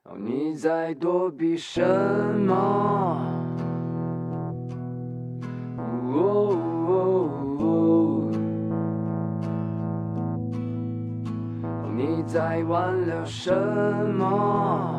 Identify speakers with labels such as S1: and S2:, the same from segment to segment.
S1: 你在躲避什么？你在挽留什么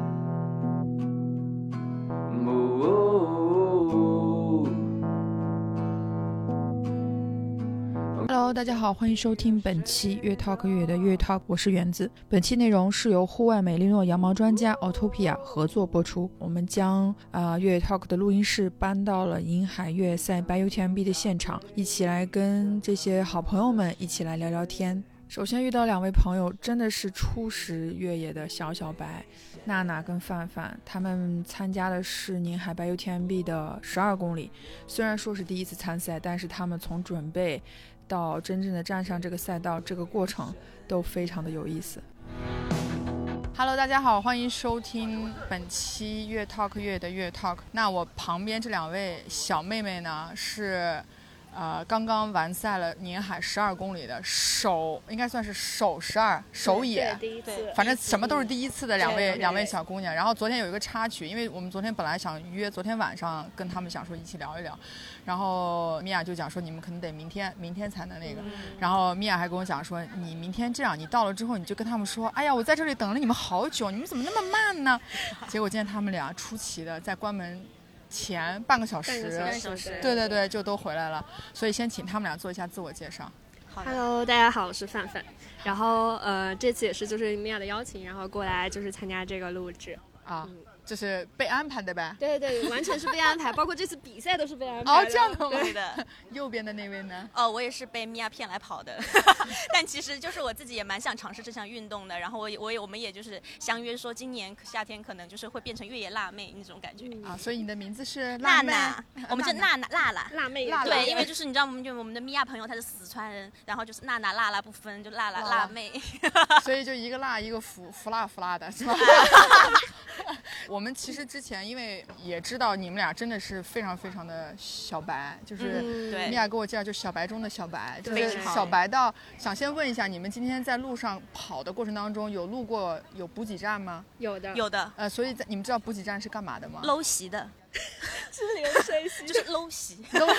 S2: ？Hello， 大家好，欢迎收听本期越 Talk 越野的越 Talk， 我是原子。本期内容是由户外美利诺羊毛专家 Autopia 合作播出。我们将越野 Talk 的录音室搬到了银海越野赛 by UTMB 的现场，一起来跟这些好朋友们一起来聊聊天。首先遇到两位朋友，真的是初识越野的小白，娜娜跟范范，他们参加的是宁海 by UTMB 的12公里。虽然说是第一次参赛，但是他们从准备到真正的站上这个赛道，这个过程都非常的有意思。Hello， 大家好，欢迎收听本期越 Talk 越野的越 Talk。那我旁边这两位小妹妹呢是刚刚完赛了宁海12公里的应该算是首野，
S3: 第一次，
S2: 反正什么都是第一次的两位小姑娘。然后昨天有一个插曲，因为我们昨天本来想约昨天晚上跟他们想说一起聊一聊，然后米娅就讲说你们可能得明天才能那个，然后米娅还跟我讲说你明天这样，你到了之后你就跟他们说，哎呀我在这里等了你们好久，你们怎么那么慢呢？结果见他们俩出奇的在关门前半个小时，对，就都回来了。所以先请他们俩做一下自我介绍。
S3: Hello， 大家好，我是范范。然后这次也是就是米娅的邀请，然后过来就是参加这个录制啊。
S2: 就是被安排的呗？
S3: 对，完全是被安排，包括这次比赛都是被安排的。
S2: 哦，这样的吗？
S4: 对的。
S2: 右边的那位呢？
S4: 我也是被米娅骗来跑的，但其实就是我自己也蛮想尝试这项运动的。然后我们也就是相约说，今年夏天可能就是会变成越野辣妹那种感觉
S2: 啊。所以你的名字是
S4: 娜娜，我们就娜
S3: 妹。
S4: 对，因为就是你知道，我们的米娅朋友她是四川人，然后就是娜娜辣不分，就辣妹。
S2: 所以就一个辣一个福辣的是吧？我们其实之前因为也知道你们俩真的是非常非常的小白，就是米娅给我介绍，就是小白中的小白，就是小白到想先问一下，你们今天在路上跑的过程当中有路过有补给站吗？
S3: 有的。
S4: 所
S2: 以你们知道补给站是干嘛的吗？
S4: 搂洗的。
S3: 是流水席，
S4: 就是搂洗，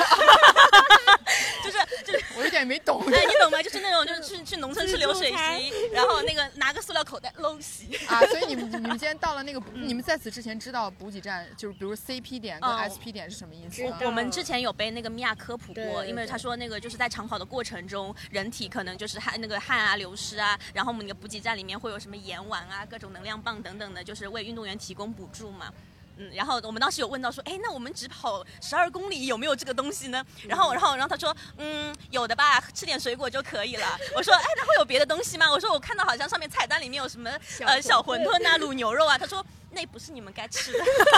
S4: 就是
S2: 我有点没懂。
S4: 哎，你懂吗？就是那种就是去农村吃流水席，然后那个拿个塑料口袋搂洗
S2: 啊。所以你们今天到了那个，你们在此之前知道补给站就是比如 CP 点跟 SP 点是什么意思吗？
S4: 我们之前有被那个米娅科普过，因为他说那个就是在长跑的过程中，人体可能就是那个汗啊流失啊，然后我们那个补给站里面会有什么盐丸啊、各种能量棒等等的，就是为运动员提供补助嘛。然后我们当时有问到说，哎，那我们只跑12公里有没有这个东西呢？然后他说，有的吧，吃点水果就可以了。我说，哎，那会有别的东西吗？我说我看到好像上面菜单里面有什么小馄饨啊、卤牛肉啊。他说那不是你们该吃的。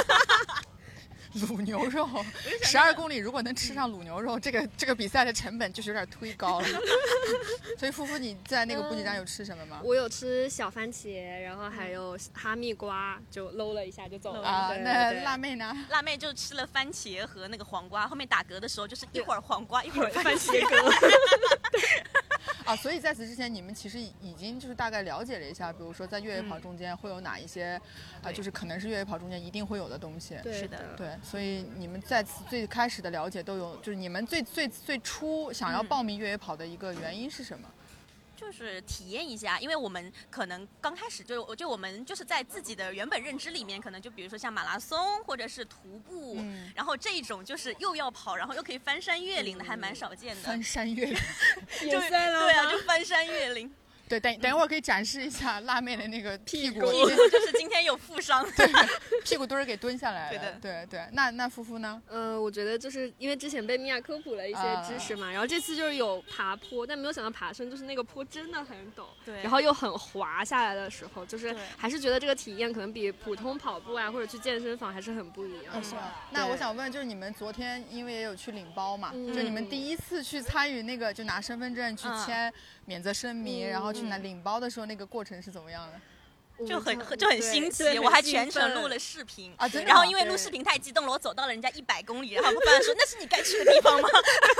S2: 卤牛肉，12公里如果能吃上卤牛肉，这个比赛的成本就是有点忒高了。所以夫妇你在那个补给站有吃什么吗？
S3: 我有吃小番茄，然后还有哈密瓜，就搂了一下就走了。啊，
S2: 那辣妹呢？
S4: 辣妹就吃了番茄和那个黄瓜，后面打嗝的时候就是一会儿黄瓜一会儿番茄
S3: 嗝。
S2: 啊，所以在此之前你们其实已经就是大概了解了一下，比如说在越野跑中间会有哪一些就是可能是越野跑中间一定会有的东西。
S3: 对，
S4: 是的，
S2: 对，所以你们在此最开始的了解都有，就是你们最初想要报名越野跑的一个原因是什么？
S4: 就是体验一下，因为我们可能刚开始就我们就是在自己的原本认知里面，可能就比如说像马拉松或者是徒步，然后这种就是又要跑，然后又可以翻山越岭的，还蛮少见的。
S2: 翻山越岭，
S4: 对啊，就翻山越岭。
S2: 对，等一会儿可以展示一下辣妹的那个屁股
S4: 就是今天有负伤，
S2: 对，屁股墩儿给蹲下来了。对，那夫妇呢？
S3: 我觉得就是因为之前被米娅科普了一些知识嘛，然后这次就是有爬坡，但没有想到爬升就是那个坡真的很陡，对，然后又很滑下来的时候，就是还是觉得这个体验可能比普通跑步啊或者去健身房还是很不一样。
S2: 是吧？那我想问，就是你们昨天因为也有去领包嘛，就你们第一次去参与那个就拿身份证去签免责声明，然后去拿领包的时候，那个过程是怎么样的？
S4: 就很新奇，我还全程录了视频
S2: 啊，真的。
S4: 然后因为录视频太激动了，我走到了人家100公里，然后爸爸说那是你该去的地方吗？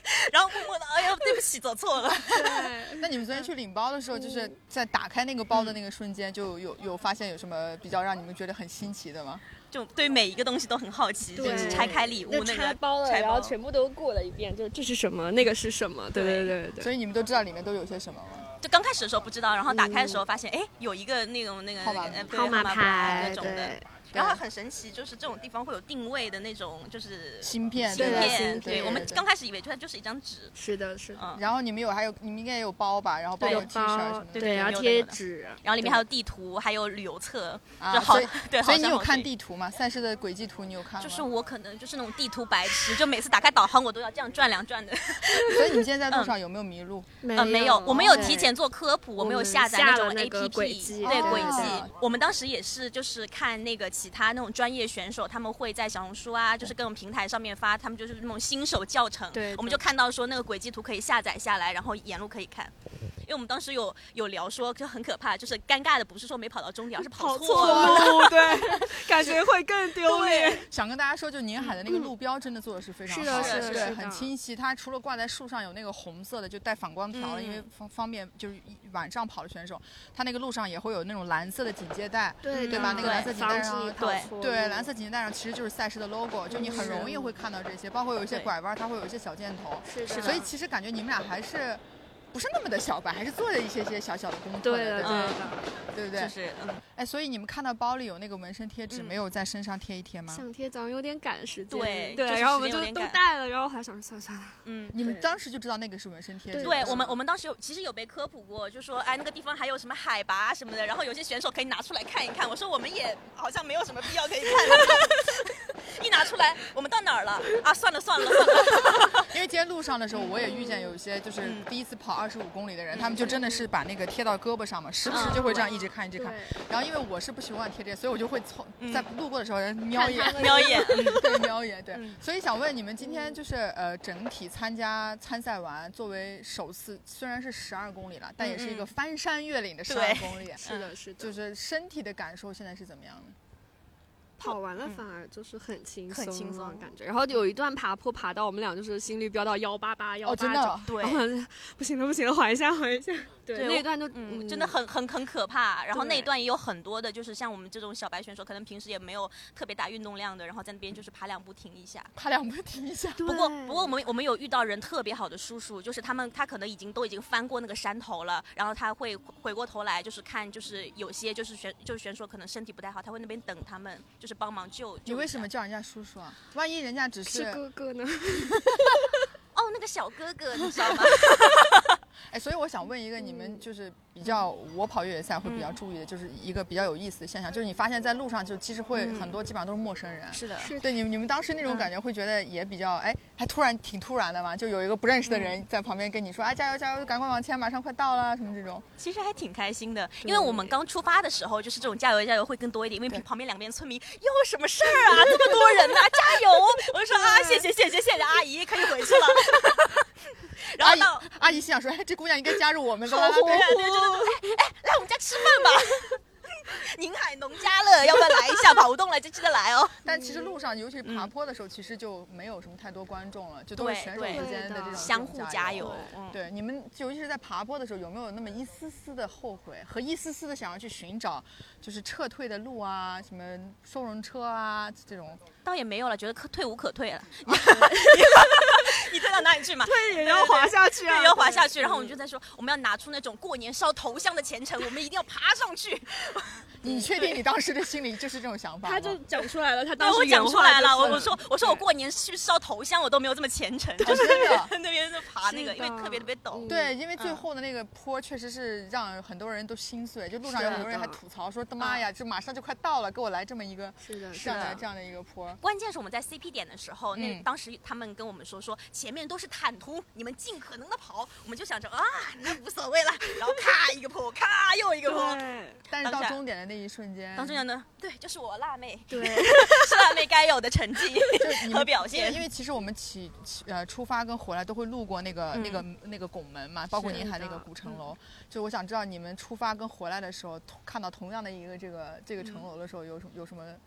S4: 然后默默的，哎呦，对不起，走错了。
S3: 对，
S2: 那你们昨天去领包的时候，就是在打开那个包的那个瞬间，就有发现有什么比较让你们觉得很新奇的吗？
S4: 就对每一个东西都很好奇，就是拆开礼物那个
S3: 拆包了，然后全部都过了一遍，就这是什么，那个是什么，对。
S2: 所以你们都知道里面都有些什么吗？
S4: 就刚开始的时候不知道，然后打开的时候发现，哎，有一个那个
S3: 号码牌
S4: 那种的。然后很神奇，就是这种地方会有定位的那种，就是
S2: 芯片。
S4: 对，我们刚开始以为它就是一张纸。
S3: 是的。
S2: 然后你们应该也有包吧？然后包括 T 恤什么的。
S3: 对，然后贴纸，
S4: 然后里面还有地图，还有旅游册。
S2: 所以你有看地图吗？赛事的轨迹图你有看吗？
S4: 就是我可能就是那种地图白痴，就每次打开导航我都要这样转2转的。
S2: 所以你现在在路上有没有迷路？
S4: 没有，我们有提前做科普，我们有下载那种 APP，
S3: 轨迹。
S4: 对，轨迹。我们当时也是就是看那个其他那种专业选手，他们会在小红书啊，就是各种平台上面发，他们就是那种新手教程。
S3: 对，
S4: 我们就看到说那个轨迹图可以下载下来，然后沿路可以看。因为我们当时有聊说，就很可怕，就是尴尬的不是说没跑到终点，而是跑错
S3: 路，对，感觉会更丢脸。
S2: 想跟大家说，就宁海的那个路标真的做的是非常好，
S3: 是的，
S2: 对，很清晰。它除了挂在树上有那个红色的，就带反光条了，因为方便就是晚上跑的选手，它那个路上也会有那种蓝色的警戒带，对吧？那个蓝色警戒带上，对，蓝色警戒带上其实就是赛事的 logo， 就你很容易会看到这些，包括有一些拐弯，它会有一些小箭头，
S3: 是。
S2: 所以其实感觉你们俩还是。不是那么的小白，还是做了一些小小的工作的，对不对？
S4: 就是，
S2: 哎，所以你们看到包里有那个纹身贴纸，没有在身上贴一贴吗？
S3: 想贴，早上有点赶时间，
S4: 对，
S3: 然后我们就都带了，然后还想算了，
S2: 你们当时就知道那个是纹身贴纸？
S4: 对，我们当时其实有被科普过，就说哎那个地方还有什么海拔什么的，然后有些选手可以拿出来看一看。我说我们也好像没有什么必要可以看的，一拿出来，我们到哪儿了啊？算了。
S2: 因为今天路上的时候，我也遇见有一些就是第一次跑25公里的人，他们就真的是把那个贴到胳膊上嘛，时不时就会这样一直看。然后因为我是不习惯贴这些，所以我就会在路过的时候瞄一眼，对，瞄一眼，对。所以想问你们，今天就是整体参赛完，作为首次，虽然是12公里了，但也是一个翻山越岭的12公里。
S3: 是的，
S2: 就是身体的感受现在是怎么样的？
S3: 跑完了反而就是很轻松的感觉，然后有一段爬坡爬到我们俩就是心率飙到188、189，
S2: 真的，
S4: 对，
S3: 不行了，缓一下，对，那一段就
S4: 真的很可怕。然后那一段也有很多的，就是像我们这种小白选手，可能平时也没有特别大运动量的，然后在那边就是爬2步停一下。不过我们有遇到人特别好的叔叔，就是他可能都已经翻过那个山头了，然后他会回过头来就是看，就是有些就是选手可能身体不太好，他会那边等他们，就是帮忙救。
S2: 你为什么叫人家叔叔啊？万一人家只是
S3: 哥哥呢？
S4: 哦，那个小哥哥，你知道吗？
S2: 哎，所以我想问一个你们就是比较我跑越野赛会比较注意的，就是一个比较有意思的现象，就是你发现在路上就其实会很多基本上都是陌生人。
S4: 是的，
S2: 对，你们当时那种感觉会觉得也比较还挺突然的嘛，就有一个不认识的人在旁边跟你说加油，赶快往前，马上快到了什么这种。
S4: 其实还挺开心的，因为我们刚出发的时候就是这种加油会更多一点，因为旁边两边村民有什么事儿啊，这么多人啊，加油！我就说谢谢阿姨，可以回去了。然后
S2: 阿姨心想说，这姑娘应该加入我们的啦，
S4: 对，来我们家吃饭吧。宁海农家乐，要不要来一下？跑不动了就记得来哦。
S2: 但其实路上，尤其是爬坡的时候，其实就没有什么太多观众了，就都是选手之间的这种
S4: 相互加油。
S2: 对，你们尤其是在爬坡的时候，有没有那么一丝丝的后悔和一丝丝的想要去寻找，就是撤退的路啊，什么收容车啊这种？
S4: 倒也没有了，觉得退无可退了。你退到哪里去嘛？
S3: 退也要滑下去啊！
S4: 对，要滑下去。然后我们就在说，我们要拿出那种过年烧头香的虔诚，我们一定要爬上去。
S2: 你确定你当时的心里就是这种想法吗？
S3: 他就讲出来了，他当时
S4: 讲出来了。我说我过年去烧头香，我都没有这么虔诚，就是那边就爬那个，因为特别陡。
S2: 对，因为最后的那个坡确实是让很多人都心碎，就路上有很多人还吐槽说：“的妈呀，这马上就快到了，给我来这么一个这样的一个坡。”
S4: 关键是我们在 CP 点的时候，当时他们跟我们说前面都是坦途，你们尽可能的跑。我们就想着那无所谓了，然后咔一个坡，咔又一个坡。
S2: 但是到终点的那一瞬间，
S4: 终点呢，对，就是我辣妹，
S3: 对，
S4: 是辣妹该有的成绩和表现。
S2: 因为其实我们出发跟回来都会路过那个拱门嘛，包括宁海那个古城楼。就我想知道你们出发跟回来的时候，看到同样的一个这个城楼的时候，有什么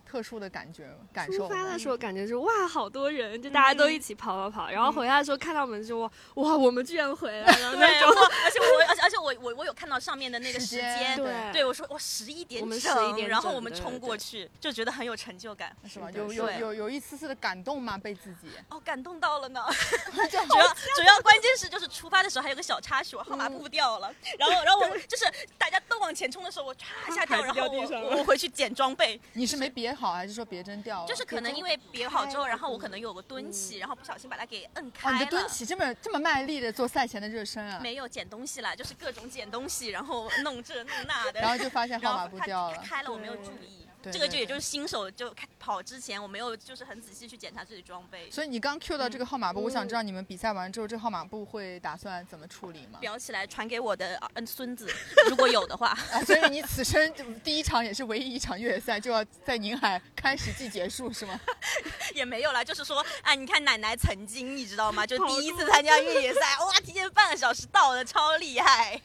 S5: 特殊的感受？
S3: 出发的时候感觉就哇，好多人，就大家都一起跑，然后回来的时候看到我们就哇，我们居然回来了那种。
S4: 而且我有看到上面的那个时间，对我说我11点整，然后我们冲过去，就觉得很有成就感，
S5: 是吧？有一丝丝的感动吗？被自己
S4: 感动到了呢。主要关键是就是出发的时候还有个小插曲，我号码布掉了，然后我就是大家都往前冲的时候，我唰一下掉，然后我回去捡装备。
S5: 你是没别好还是说别针掉了？
S4: 就是可能因为别好之后，然后我可能有个蹲起，然后不小心把它给摁开了。
S5: 你的蹲起这么卖力的做赛前的热身啊？
S4: 没有捡东西啦，就是各种捡东西，然后弄这弄那的，
S5: 然后就发现号码布掉了，
S4: 开了我没有注意。这个就也就是新手就跑之前，我没有就是很仔细去检查自己装备。
S5: 所以你刚 Q 到这个号码布，我想知道你们比赛完之后，这号码布会打算怎么处理吗？
S4: 裱起来传给我的孙子，如果有的话。
S5: 所以你此生第一场也是唯一一场越野赛，就要在宁海开始即结束是吗？
S4: 也没有啦，就是说，你看奶奶曾经你知道吗？就第一次参加越野赛，哇，提前半个小时到的，超厉害。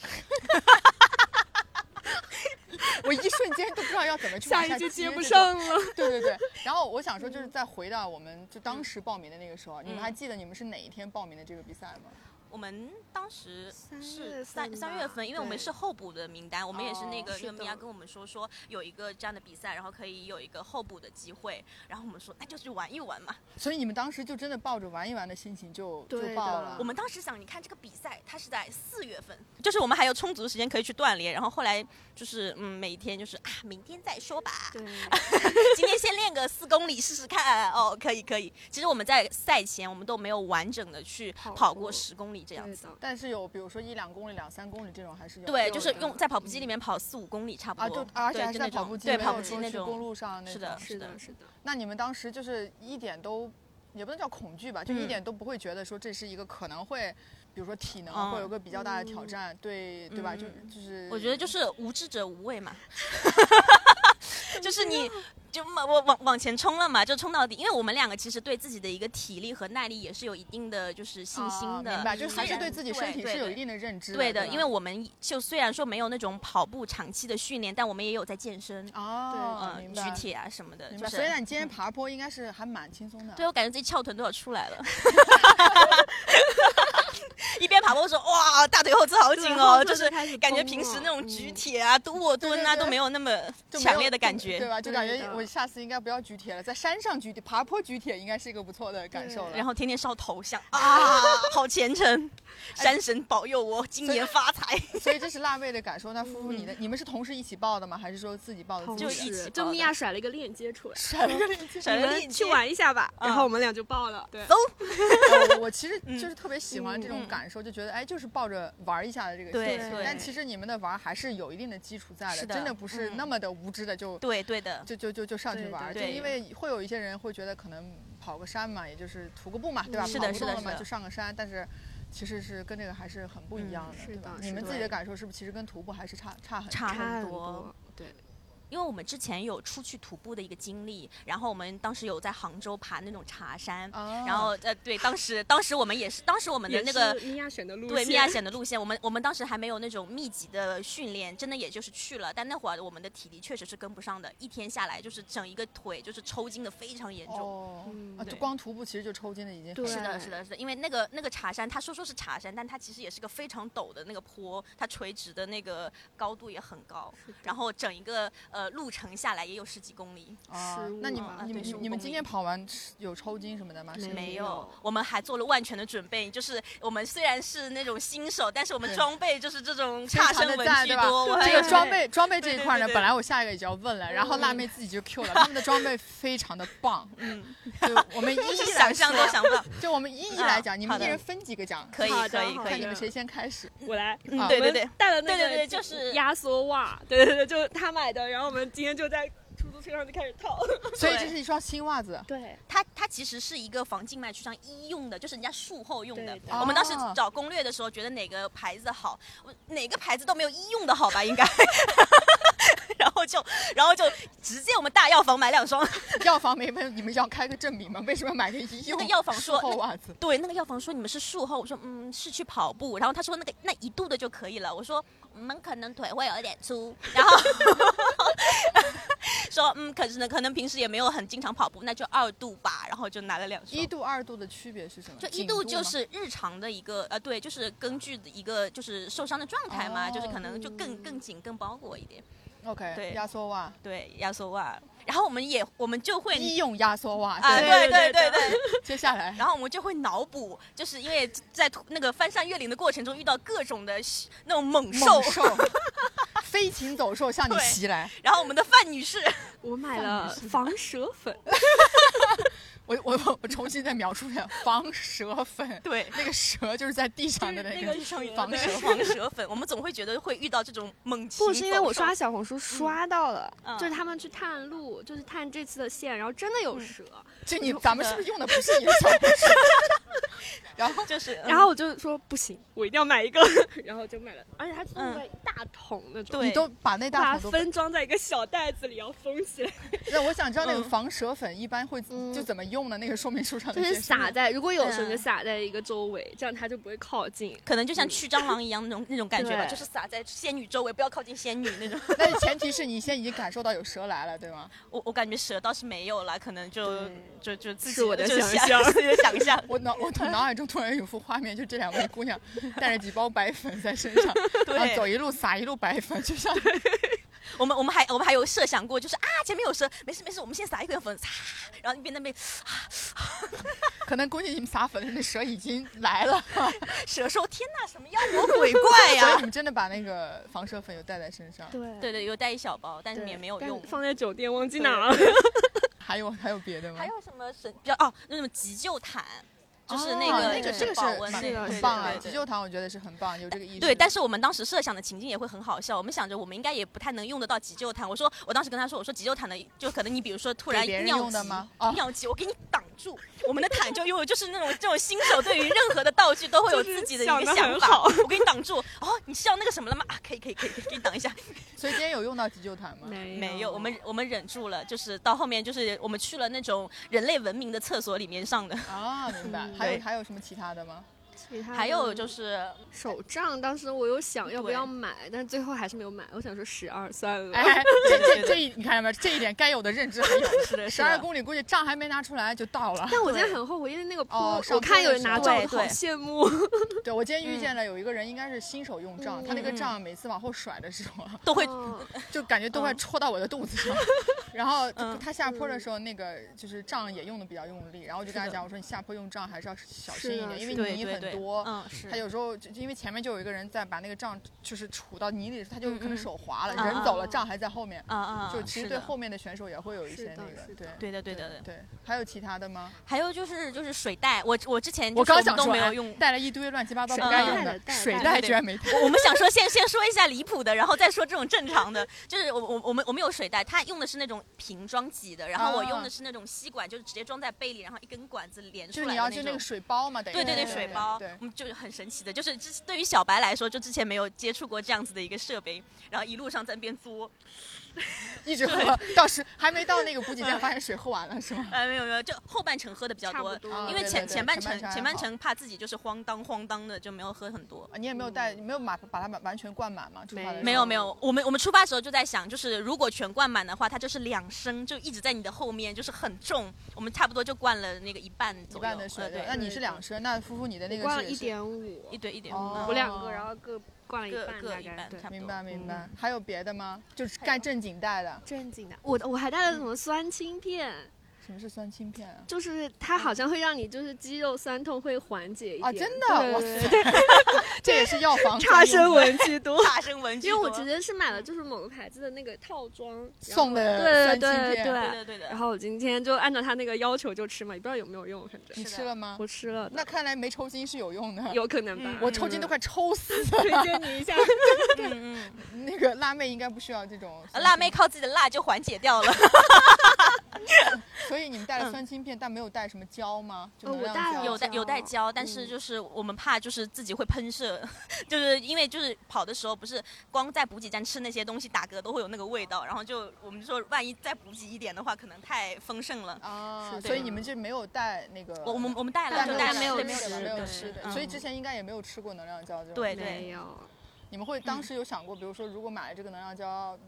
S5: 我一瞬间都不知道要怎么去
S3: 下一句接不上了。
S5: 对，然后我想说，就是再回到我们就当时报名的那个时候，你们还记得你们是哪一天报名的这个比赛吗？
S4: 我们当时是3月份，因为我们是候补的名单，我们也是那个米娅跟我们说有一个这样的比赛，然后可以有一个候补的机会，然后我们说那就去玩一玩嘛。
S5: 所以你们当时就真的抱着玩一玩的心情就报了。
S4: 我们当时想，你看这个比赛它是在4月份，就是我们还有充足的时间可以去锻炼，然后后来就是每天就是明天再说吧，今天先练个4公里试试看，可以。其实我们在赛前我们都没有完整的去跑过10公里。这样子，
S5: 但是有比如说1-2公里、2-3公里这种还是有。
S4: 对，就是用在跑步机里面跑4-5公里差不多。
S5: 而且还是在跑步机，
S4: 对，跑步机那种
S5: 公路上那种。
S4: 是的。
S5: 那你们当时就是一点都也不能叫恐惧吧，就一点都不会觉得说这是一个可能会，比如说体能会有个比较大的挑战，对吧？就是
S4: 我觉得就是无知者无畏嘛。就是你就往前冲了嘛，就冲到底。因为我们2个其实对自己的一个体力和耐力也是有一定的就是信心的，
S5: 明白？就还是对自己身体是有一定的认知的。
S4: 对的，因为我们就虽然说没有那种跑步长期的训练，但我们也有在健身。举铁啊什么的。就是
S5: 所以你今天爬坡应该是还蛮轻松的。
S4: 对，我感觉自己翘臀都要出来了。一边爬坡说哇，大腿后侧好紧哦，就是感觉平时那种举铁啊、卧蹲啊都没有那么强烈的感觉，
S5: 对吧？就感觉我下次应该不要举铁了，在山上举铁、爬坡举铁应该是一个不错的感受了。
S4: 然后天天烧头香好虔诚，山神保佑我今年发财。
S5: 所以这是辣妹的感受。那夫妇你们是同时一起报的吗？还是说自己报的？
S4: 就一起。
S3: 就米娅甩了一个链接出来，
S5: 甩了个链接，
S3: 你们去玩一下吧。然后我们俩就报了。对，
S4: 走。
S5: 我其实就是特别喜欢这种感受，就觉得就是抱着玩一下的这个心情。但其实你们的玩还是有一定的基础在的，真的不是那么的无知的就
S4: 对的，
S5: 就上去玩。就因为会有一些人会觉得可能跑个山嘛，也就是徒个步嘛，对吧？
S4: 是的，
S5: 跑不动了嘛，就上个山，但是其实是跟这个还是很不一样的，对吧？你们自己的感受是不是其实跟徒步还是差
S4: 很多？
S3: 对。
S4: 因为我们之前有出去徒步的一个经历，然后我们当时有在杭州爬那种茶山，然后对，当时我们也是，当时我们的那个
S3: 米娅选的路线，
S4: 对米娅选的路线，我们当时还没有那种密集的训练，真的也就是去了，但那会儿我们的体力确实是跟不上的，一天下来就是整一个腿就是抽筋的非常严重。
S5: 就光徒步其实就抽筋的已经。
S4: 是的，因为那个茶山，他说是茶山，但它其实也是个非常陡的那个坡，它垂直的那个高度也很高，然后整一个路程下来也有10几公里。
S5: 那你们今天跑完有抽筋什么的吗？
S4: 没有，我们还做了万全的准备。就是我们虽然是那种新手，但是我们装备就是这种差生文具多。
S5: 这个装备这一块呢，本来我下一个也就要问了，然后辣妹自己就 Q 了，他们的装备非常的棒。就我们一
S4: 想象都想不到。
S5: 就我们一来讲，你们一人分几个讲？
S4: 可以，
S5: 看你们谁先开始。
S3: 我来。
S4: 对，
S3: 带了那个
S4: 对，就是
S3: 压缩袜，对，就是他买的，然后我们今天就在出租车上就开始套。
S5: 所以这是一双新袜子。
S3: 对，
S4: 它其实是一个防静脉曲张医用的，就是人家术后用的。我们当时找攻略的时候，觉得哪个牌子好，哪个牌子都没有医用的好吧，应该。然后就直接我们大药房买2双。
S5: 药房没问你们要开个证明吗？为什么要买个医用？
S4: 那个药房说
S5: 术后袜子。
S4: 对，那个药房说你们是术后，我说是去跑步，然后他说那1度的就可以了，我说我们可能腿会有一点粗，然后说可能平时也没有很经常跑步，那就2度吧，然后就拿了2双。
S5: 1度2度的区别是什么？
S4: 就1度就是日常的一个对，就是根据一个就是受伤的状态嘛，就是可能就更紧更包裹一点。
S5: OK，
S4: 对，
S5: 压缩袜，
S4: 对，压缩袜。然后我们就会
S5: 医用压缩袜
S4: 啊，对。
S5: 接下来，
S4: 然后我们就会脑补，就是因为在那个翻山越岭的过程中遇到各种的那种猛兽
S5: 飞禽走兽向你袭来。
S4: 然后我们的范女士，
S3: 我买了防蛇粉。
S5: 我重新再描述一下防蛇粉，
S4: 对，
S5: 那个蛇就是在地上的那个防
S4: 蛇粉，我们总会觉得会遇到这种猛禽。
S3: 不是因为我刷小红书刷到了，就是他们去探路，就是探这次的线，然后真的有蛇。
S5: 咱们是不是用的不是一个小红书？然后
S3: 然后我就说不行，我一定要买一个，然后就买了，而且它送了一大桶那种，
S5: 你都把那大桶
S3: 都分装在一个小袋子里，要封起来。
S5: 那我想知道那个防蛇粉一般会就怎么用的，那个说明书上
S3: 就是撒在，如果有蛇就撒在一个周围，这样它就不会靠近。
S4: 可能就像驱蟑螂一样那种感觉吧，就是撒在仙女周围，不要靠近仙女那种。
S5: 但是前提是你现在已经感受到有蛇来了，对吗？
S4: 我感觉蛇倒是没有了，可能就自己
S3: 是我的想象。
S5: 我脑海中突然有幅画面，就这2位姑娘带着几包白粉在身上，然后走一路撒一路白粉，就像
S4: 我们还有设想过，就是前面有蛇，没事，我们先撒一点粉，然后一边那边
S5: 可能估计你们撒粉的那蛇已经来了。
S4: 蛇说：“天哪，什么妖魔鬼怪呀！”
S5: 所以你们真的把那个防蛇粉有带在身上？
S4: 对，有带一小包，但是也没有用，
S3: 放在酒店忘记拿了。
S5: 还有别的吗？
S4: 还有什么那种急救毯。就是那个
S5: 这个是很棒啊！急救毯我觉得是很棒，有这个意识。
S4: 对，但是我们当时设想的情境也会很好笑。我们想着我们应该也不太能用得到急救毯。我当时跟他说，我说急救毯的就可能你比如说突然尿急，我给你挡住。我们的毯就拥有就是这种新手对于任何的道具都会有自己的一个想法。我给你挡住。你是要那个什么了吗？可以，给你挡一下。
S5: 所以今天有用到急救毯吗？
S4: 没有，我们忍住了，就是到后面就是我们去了那种人类文明的厕所里面上的。
S5: 明白。还有什么其他的吗？
S4: 还有就是
S3: 手杖，当时我有想要不要买，但是最后还是没有买。我想说12算了。
S5: 你看到没有？这一点该有的认知还有。是的，12公里估计杖还没拿出来就到了。
S3: 但我今天很后悔，因为那个坡，我看有人拿杖，好羡慕。
S5: 对，我今天遇见了有一个人，应该是新手用杖，他那个杖每次往后甩的时候
S4: 都会，
S5: 就感觉都快戳到我的肚子上。然后他下坡的时候，那个就是杖也用的比较用力，然后我就跟他讲，我说你下坡用杖还是要小心一点，因为泥很多。他有时候因为前面就有一个人在把那个杖就是杵到泥里，他就可能手滑了，人走了，杖还在后面。就其实对后面的选手也会有一些那个。对。还有其他的吗？
S4: 还有就是水袋，我之前
S5: 我刚想说
S4: 都没有用，
S5: 带了一堆乱七八糟不该用的水袋，居然没带。
S4: 我们想说先说一下离谱的，然后再说这种正常的。就是我们有水袋，他用的是那种瓶装挤的，然后我用的是那种吸管，就是直接装在杯里，然后一根管子连出来的那种。就是你
S5: 要就那个水包嘛，
S4: 对，水包。我们就很神奇的，就是对于小白来说，就之前没有接触过这样子的一个设备，然后一路上在那边作，
S5: 一直喝，到时还没到那个补给站，发现水喝完了是吗？
S4: 没有，就后半程喝的比较多，因为前半程怕自己就是慌当的，就没有喝很多。
S5: 你也没有把它完全灌满吗？
S4: 没有，我们出发的时候就在想，就是如果全灌满的话，它就是2升，就一直在你的后面，就是很重。我们差不多就灌了那个一半左右
S5: 的水。那你是2升，那夫妇你的那个
S3: 灌了1.5，我2个，然后各灌了一半，
S4: 各一半，差不多。
S5: 明白。还有别的吗？就是干正经带的。
S3: 正经的，我还带了什么酸青片？
S5: 什么是酸青片啊？
S3: 就是它好像会让你就是肌肉酸痛会缓解一点。
S5: 真的？哇塞，这也是药房
S3: 差生文具多。
S4: 因
S3: 为我直接是买了就是某个牌子的那个套装
S5: 送的酸青
S3: 片。对。然后我今天就按照他那个要求就吃嘛，也不知道有没有用，反正。
S5: 你吃了吗？
S3: 我吃了。
S5: 那看来没抽筋是有用的。
S3: 有可能吧。
S5: 我抽筋都快抽死了。
S3: 推荐你一下。
S5: 那个辣妹应该不需要这种。
S4: 辣妹靠自己的辣就缓解掉了。
S5: 所以你们带了酸青片，但没有带什么胶吗？
S4: 有带胶，但是就是我们怕就是自己会喷射，就是因为就是跑的时候不是光在补给站吃那些东西打嗝都会有那个味道，然后我们就说万一再补给一点的话，可能太丰盛了。
S5: 所以你们就没有带那个？
S4: 我们带了，
S3: 但
S4: 没有
S5: 吃的，所以之前应该也没有吃过能量胶这种。
S4: 对，
S3: 没有。
S5: 你们会当时有想过，比如说如果买了这个能量胶，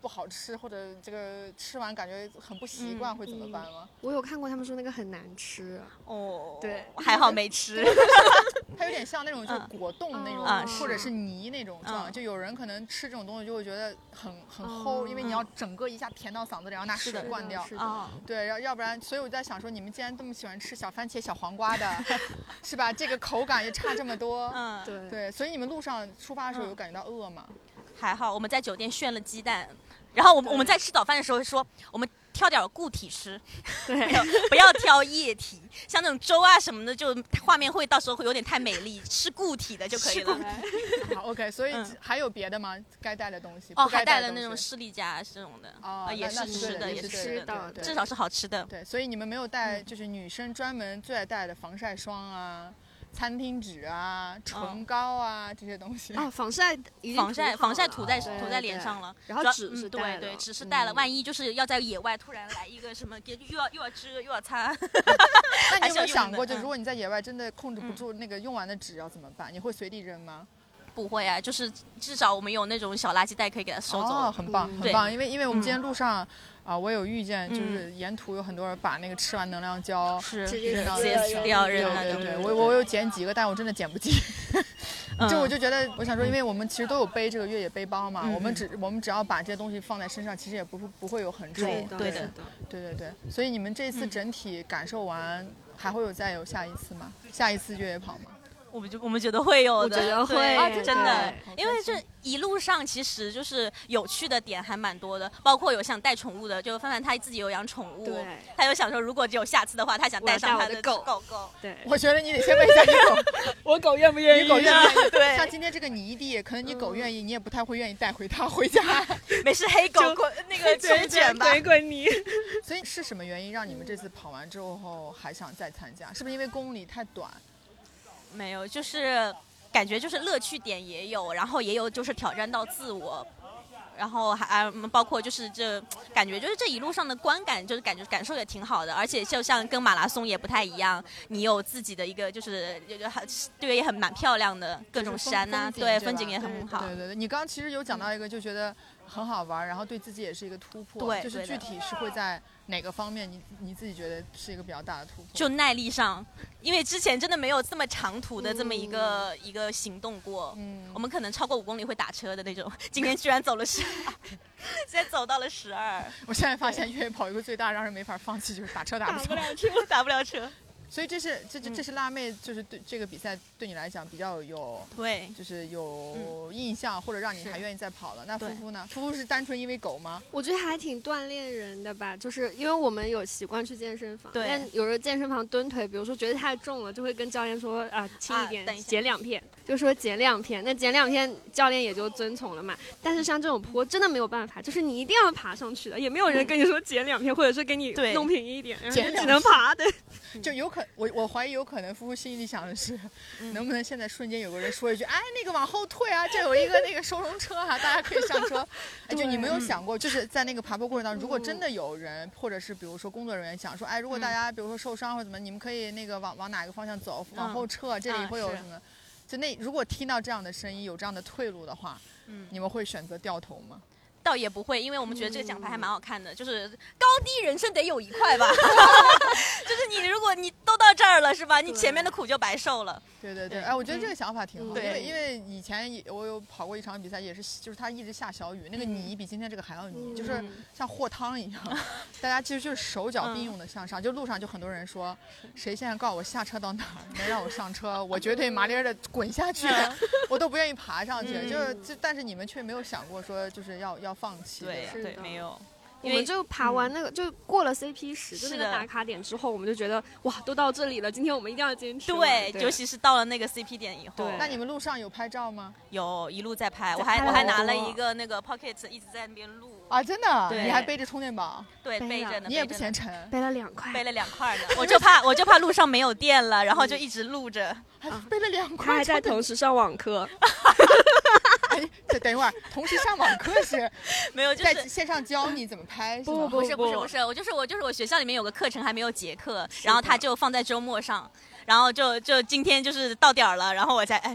S5: 不好吃，或者这个吃完感觉很不习惯，会怎么办吗？
S3: 我有看过他们说那个很难吃
S4: 哦，
S3: 对，
S4: 还好没吃。
S5: 它有点像那种就果冻那种，或者是泥那种状，就有人可能吃这种东西就会觉得很齁，因为你要整个一下填到嗓子里，然后拿水灌掉。对，要不然，所以我在想说，你们既然这么喜欢吃小番茄、小黄瓜的，是吧？这个口感也差这么多。对，所以你们路上出发的时候有感觉到饿吗？
S4: 还好，我们在酒店炫了鸡蛋，然后我们在吃早饭的时候说，我们挑点固体吃，对，不要挑液体，像那种粥啊什么的，就画面会到时候会有点太美丽，吃固体的就可以了。
S5: 好 ，OK， 所以还有别的吗？该带的东西？
S4: 还带了那种士力架这种的，也是吃的，也是吃的，至少是好吃的。
S5: 对，所以你们没有带就是女生专门最爱带的防晒霜啊。餐厅纸啊，唇膏啊，这些东西
S3: 防晒
S4: 涂在脸上了，
S3: 然后纸是带了，
S4: 对，纸是带了，万一就是要在野外突然来一个什么，又要遮又要擦。
S5: 那你有没有想过，就如果你在野外真的控制不住那个用完的纸要怎么办？你会随地扔吗？
S4: 不会啊，就是至少我们有那种小垃圾袋可以给它收走。
S5: 很棒，很棒，因为我们今天路上。我有遇见，就是沿途有很多人把那个吃完能量胶
S4: 直接撕掉扔了。
S5: 对，我有捡几个，但我真的捡不进。就我就觉得，我想说，因为我们其实都有背这个越野背包嘛，我们只要把这些东西放在身上，其实也不会有很重。
S4: 对的。
S5: 对。所以你们这次整体感受完，还会再有下一次吗？下一次越野跑吗？
S4: 我们觉得会有的，
S3: 我觉得会
S4: 真的，因为这一路上其实就是有趣的点还蛮多的，包括有想带宠物的，就范范他自己有养宠物，
S3: 对，
S4: 他有想说如果有下次的话，他想带上他的狗。
S3: 对，
S5: 我觉得你得先问一下你狗，
S3: 我狗愿不愿意？
S5: 你狗愿不愿意？
S4: 对，
S5: 像今天这个泥地，可能你狗愿意，你也不太会愿意带回它回家。
S4: 没事，黑狗那个穷卷吧，
S3: 滚泥。
S5: 所以是什么原因让你们这次跑完之后还想再参加？是不是因为公里太短？
S4: 没有，就是感觉就是乐趣点也有，然后也有就是挑战到自我，然后还包括就是感觉就是这一路上的观感就是感受也挺好的，而且就像跟马拉松也不太一样，你有自己的一个就是对也很蛮漂亮的各种山啊，对，风景也很好。
S5: 对，你刚刚其实有讲到一个就觉得很好玩，然后对自己也是一个突破，
S4: 对，
S5: 就是具体是会在哪个方面你自己觉得是一个比较大的突破？
S4: 就耐力上，因为之前真的没有这么长途的这么一个行动过。我们可能超过5公里会打车的那种，今天居然走了12，现在走到了12。
S5: 我现在发现越野跑一个最大让人没法放弃就是打不
S4: 打不了车。
S5: 所以这是辣妹，就是对这个比赛对你来讲比较有就是有印象，或者让你还愿意再跑了。那夫妇呢？夫妇是单纯因为狗吗？
S3: 我觉得还挺锻炼人的吧，就是因为我们有习惯去健身房，但有时候健身房蹲腿，比如说觉得太重了，就会跟教练说轻一点，减2片，就说减2片。那减2片，教练也就遵从了嘛。但是像这种坡真的没有办法，就是你一定要爬上去的，也没有人跟你说减2片，或者是给你弄平一点，只能爬的。
S5: 就有可我怀疑有可能夫妇心里想的是，能不能现在瞬间有个人说一句，哎，那个往后退啊，这有一个那个收容车啊，大家可以上车。就你没有想过，就是在那个爬坡过程当中，如果真的有人，或者是比如说工作人员想说，哎，如果大家比如说受伤或者怎么，你们可以那个往哪个方向走，往后撤，这里会有什么？就如果听到这样的声音，有这样的退路的话，你们会选择掉头吗？
S4: 倒也不会，因为我们觉得这个奖牌还蛮好看的，就是高低人生得有一块吧。就是你如果你都到这儿了，是吧？你前面的苦就白受了。
S5: 对，哎，我觉得这个想法挺好，因为以前我有跑过一场比赛，也是就是它一直下小雨，那个泥比今天这个还要泥，就是像和汤一样，大家其实就是手脚并用的向上。就路上就很多人说，谁现在告诉我下车到哪儿，能让我上车，我绝对麻利儿的滚下去，我都不愿意爬上去。但是你们却没有想过说就是要放弃。
S4: 对，没有。
S3: 我们就爬完那个，就过了 CP10，就那个打卡点之后，我们就觉得哇，都到这里了，今天我们一定要坚持。
S4: 对，尤其是到了那个 CP 点以后。
S5: 那你们路上有拍照吗？
S4: 有，一路在拍，我还拿了一个那个 Pocket 一直在那边录。
S5: 啊，真的？你还背着充电宝？
S4: 对，背着呢。
S5: 你也不嫌沉？
S3: 背了2块。
S4: 背了2块呢，我就怕路上没有电了，然后就一直录着。
S5: 还背了2块。
S3: 他还在同时上网课。
S5: 哎，等一会儿，同时上网课是
S4: 没有，就是
S5: 在线上教你怎么拍，是吗？
S4: 不是，我就是我学校里面有个课程还没有结课，然后他就放在周末上，然后就今天就是到点了，然后我才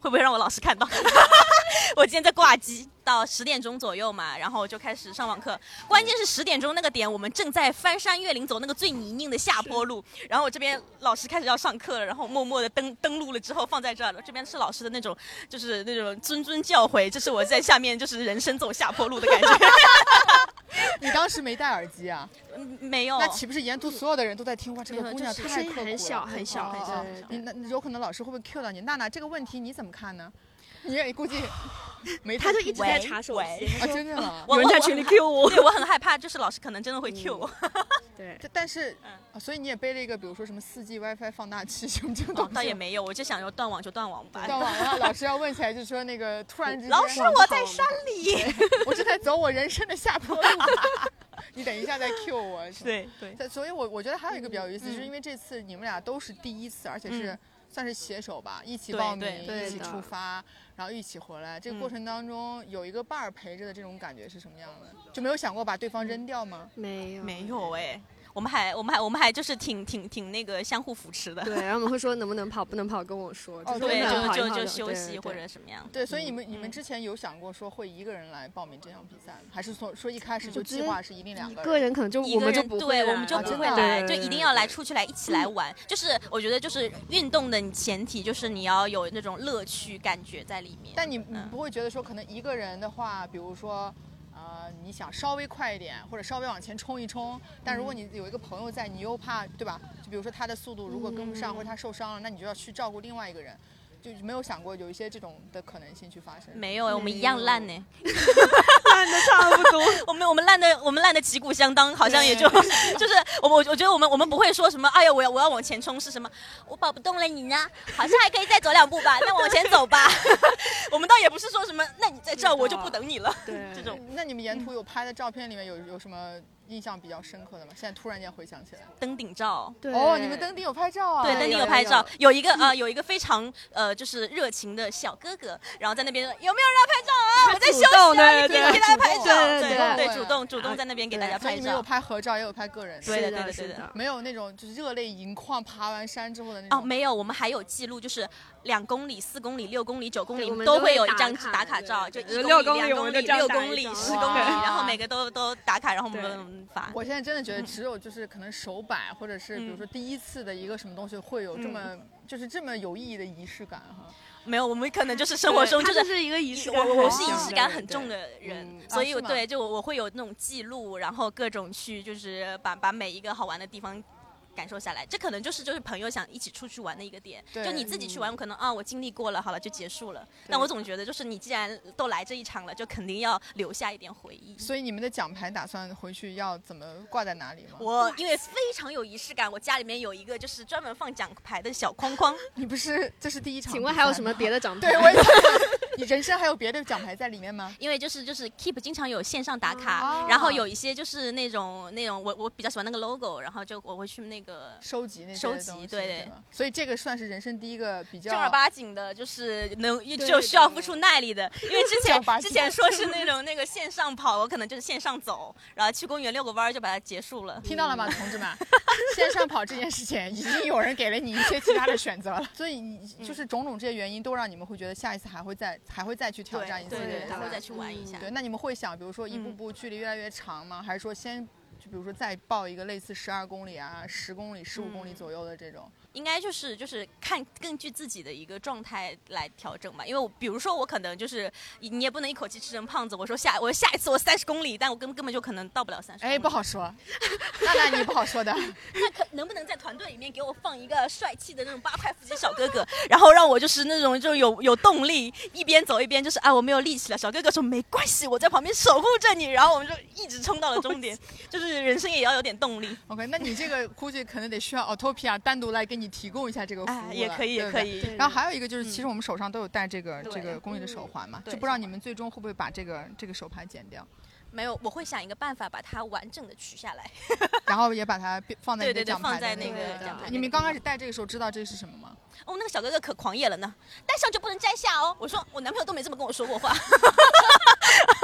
S4: 会不会让我老师看到？我今天在挂机到10点钟左右嘛，然后我就开始上网课。关键是10点钟那个点，我们正在翻山越岭走那个最泥泞的下坡路，然后我这边老师开始要上课了，然后默默的登录了之后放在这儿了。这边是老师的那种，就是那种谆教诲，这是我在下面就是人生走下坡路的感觉。
S5: 你当时没戴耳机啊？
S4: 没有。
S5: 那岂不是沿途所有的人都在听？哇，这个姑娘太刻苦了，
S3: 很小很小很小。
S5: 那有可能老师会不会 cue 到你？娜娜，这个问题你怎么看呢？你也估计没，
S3: 他就一直在查手机
S5: 啊，真的吗？
S3: 有人在群里 Q 我，
S4: 对，我很害怕，就是老师可能真的会 Q 我。
S3: 对，
S5: 但是，所以你也背了一个，比如说什么4G WiFi 放大器什么这种东西。
S4: 倒也没有，我就想要断网就断网吧。
S5: 断网，然后老师要问起来，就说那个突然之间，
S4: 老师我在山里，
S5: 我是在走我人生的下坡路。你等一下再 Q 我。
S4: 对。
S5: 所以我觉得还有一个比较有意思，就是因为这次你们俩都是第一次，而且是算是携手吧，一起报名，一起出发，然后一起回来。这个过程当中有一个伴儿陪着的这种感觉是什么样的？就没有想过把对方扔掉吗？
S3: 没
S4: 有哎。我们还就是挺那个相互扶持的。
S3: 对，然后我们会说能不能跑，不能跑跟我说。
S4: 对，就休息或者什么样。
S5: 对，所以你们之前有想过说会一个人来报名这场比赛吗？还是说一开始就计划是一定2个人？
S3: 一个人可能就我们就不会，
S4: 我们就不会来，就一定要来出去来一起来玩。就是我觉得就是运动的前提就是你要有那种乐趣感觉在里面。
S5: 但你不会觉得说可能一个人的话，比如说。你想稍微快一点，或者稍微往前冲一冲，但如果你有一个朋友在，你又怕，对吧？就比如说他的速度如果跟不上，或者他受伤了，那你就要去照顾另外一个人，就没有想过有一些这种的可能性去发生。
S4: 没有，我们一样烂呢，
S3: 烂的差不多。
S4: 我们烂的旗鼓相当，好像也就是我觉得我们不会说什么，哎呀我要往前冲是什么，我跑不动了，你呢？好像还可以再走2步吧，那往前走吧。我们倒也不是说什么，那你在这儿我就不等你了。
S3: 对，
S4: 这种。
S5: 那你们沿途有拍的照片里面有什么印象比较深刻的吗？现在突然间回想起来，
S4: 登顶照。
S3: 对
S5: 哦，你们登顶有拍照啊？
S4: 对，登顶有拍照，有一个非常就是热情的小哥哥，然后在那边有没有人来拍照啊？我在休息啊，你可以给大家拍照。对，主动在那边给大家拍照。
S5: 所以你们有拍合照，也有拍个人。
S4: 对的。
S5: 没有那种就是热泪盈眶爬完山之后的那种。
S4: 哦，没有，我们还有记录，就是2公里、4公里、6公里、9公里都会有一张打卡照，就1公里、2公里、6公里、10公里，然后每个都打卡，然后我们发。
S5: 我现在真的觉得只有就是可能手摆或者是比如说第一次的一个什么东西会有这么就是这么有意义的仪式感哈。
S4: 没有，我们可能就是生活中
S3: 就是一个仪式感，
S4: 我是仪式感很重的人，所以对，就我会有那种记录，然后各种去就是把每一个好玩的地方感受下来。这可能就是朋友想一起出去玩的一个点。就你自己去玩，可能我经历过了，好了就结束了。但我总觉得就是你既然都来这一场了，就肯定要留下一点回忆。
S5: 所以你们的奖牌打算回去要怎么挂在哪里吗？
S4: 我因为非常有仪式感，我家里面有一个就是专门放奖牌的小框框。
S5: 你不是这是第一场？
S3: 请问还有什么别的奖牌？
S5: 对，我也你人生还有别的奖牌在里面吗？
S4: 因为就是 Keep 经常有线上打卡，然后有一些就是那种我比较喜欢那个 logo， 然后就我会去那个
S5: 收集那些
S4: 收集，对。
S5: 所以这个算是人生第一个比较
S4: 正儿八经的，就是就需要付出耐力的。因为之前说是那个线上跑，我可能就是线上走，然后去公园遛个弯就把它结束了。
S5: 听到了吗，同志们？线上跑这件事情已经有人给了你一些其他的选择了，所以就是种种这些原因都让你们会觉得下一次还会再去挑战一次，
S4: 对，还会再去玩一下。
S5: 对，那你们会想，比如说一步步距离越来越长吗？还是说先就比如说再报一个类似12公里啊、10公里、15公里左右的这种？
S4: 应该就是看根据自己的一个状态来调整吧。因为比如说我可能就是你也不能一口气吃成胖子。我说下一次我30公里，但我根本就可能到不了30公里。
S5: 哎，不好说，那你不好说的。
S4: 那能不能在团队里面给我放一个帅气的那种8块腹肌小哥哥，然后让我就是那种就有动力，一边走一边就是我没有力气了。小哥哥说没关系，我在旁边守护着你，然后我们就一直冲到了终点。就是人生也要有点动力。
S5: OK， 那你这个估计可能得需要 Autopia 单独来给你提供一下这个服务了。
S4: 也可以。
S5: 然后还有一个就是，其实我们手上都有戴这个公益的手环嘛，就不知道你们最终会不会把这个手牌剪掉？
S4: 没有，我会想一个办法把它完整的取下来，
S5: 然后也把它放在
S4: 奖牌放在那个奖牌。
S5: 你们刚开始戴这个时候知道这是什么吗？
S4: 那个小哥哥可狂野了呢，戴上就不能摘下哦。我说我男朋友都没这么跟我说过话。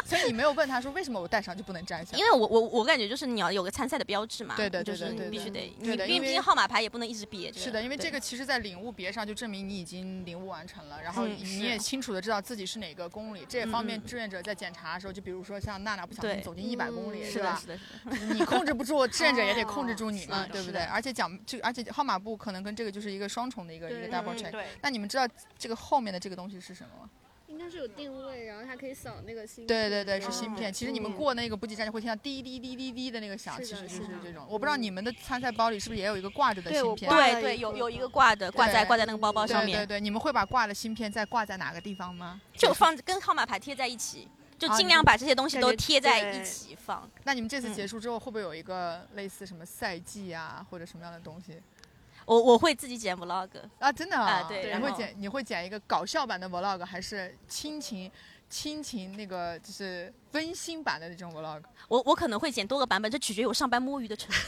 S5: 所以你没有问他说为什么我戴上就不能摘下？
S4: 因为我感觉就是你要有个参赛的标志嘛，
S5: 对，
S4: 就是你必须得，
S5: 对的，
S4: 毕竟号码牌也不能一直别着。
S5: 是的，因为这个其实在领物别上就证明你已经领物完成了，然后你也清楚的知道自己是哪个公里，这也方便志愿者在检查的时候，就比如说像娜娜不小心走进100公里，是吧？
S4: 是的，
S5: 你控制不住，志愿者也得控制住你嘛，对不对？而且而且号码布可能跟这个就是一个双重的一个 double check。那你们知道这个后面的这个东西是什么吗？
S3: 应该是有定位，然后它可以扫那个芯
S5: 片。对，是芯片。其实你们过那个补给站就会听到滴滴滴滴滴的那个响，其实就是这种。我不知道你们的参赛包里是不是也有一个挂着的芯片？
S4: 对，有一个挂在那个包包上面。
S5: 对，你们会把挂的芯片再挂在哪个地方吗？
S4: 就放跟号码牌贴在一起，就尽量把这些东西都贴在一起放。
S5: 那你们这次结束之后，会不会有一个类似什么赛季啊，或者什么样的东西？
S4: 我会自己剪 vlog
S5: 啊，真的啊？
S4: 对，
S5: 你会剪一个搞笑版的 vlog， 还是亲情那个就是温馨版的那种 vlog？
S4: 我可能会剪多个版本，这取决于我上班摸鱼的程度。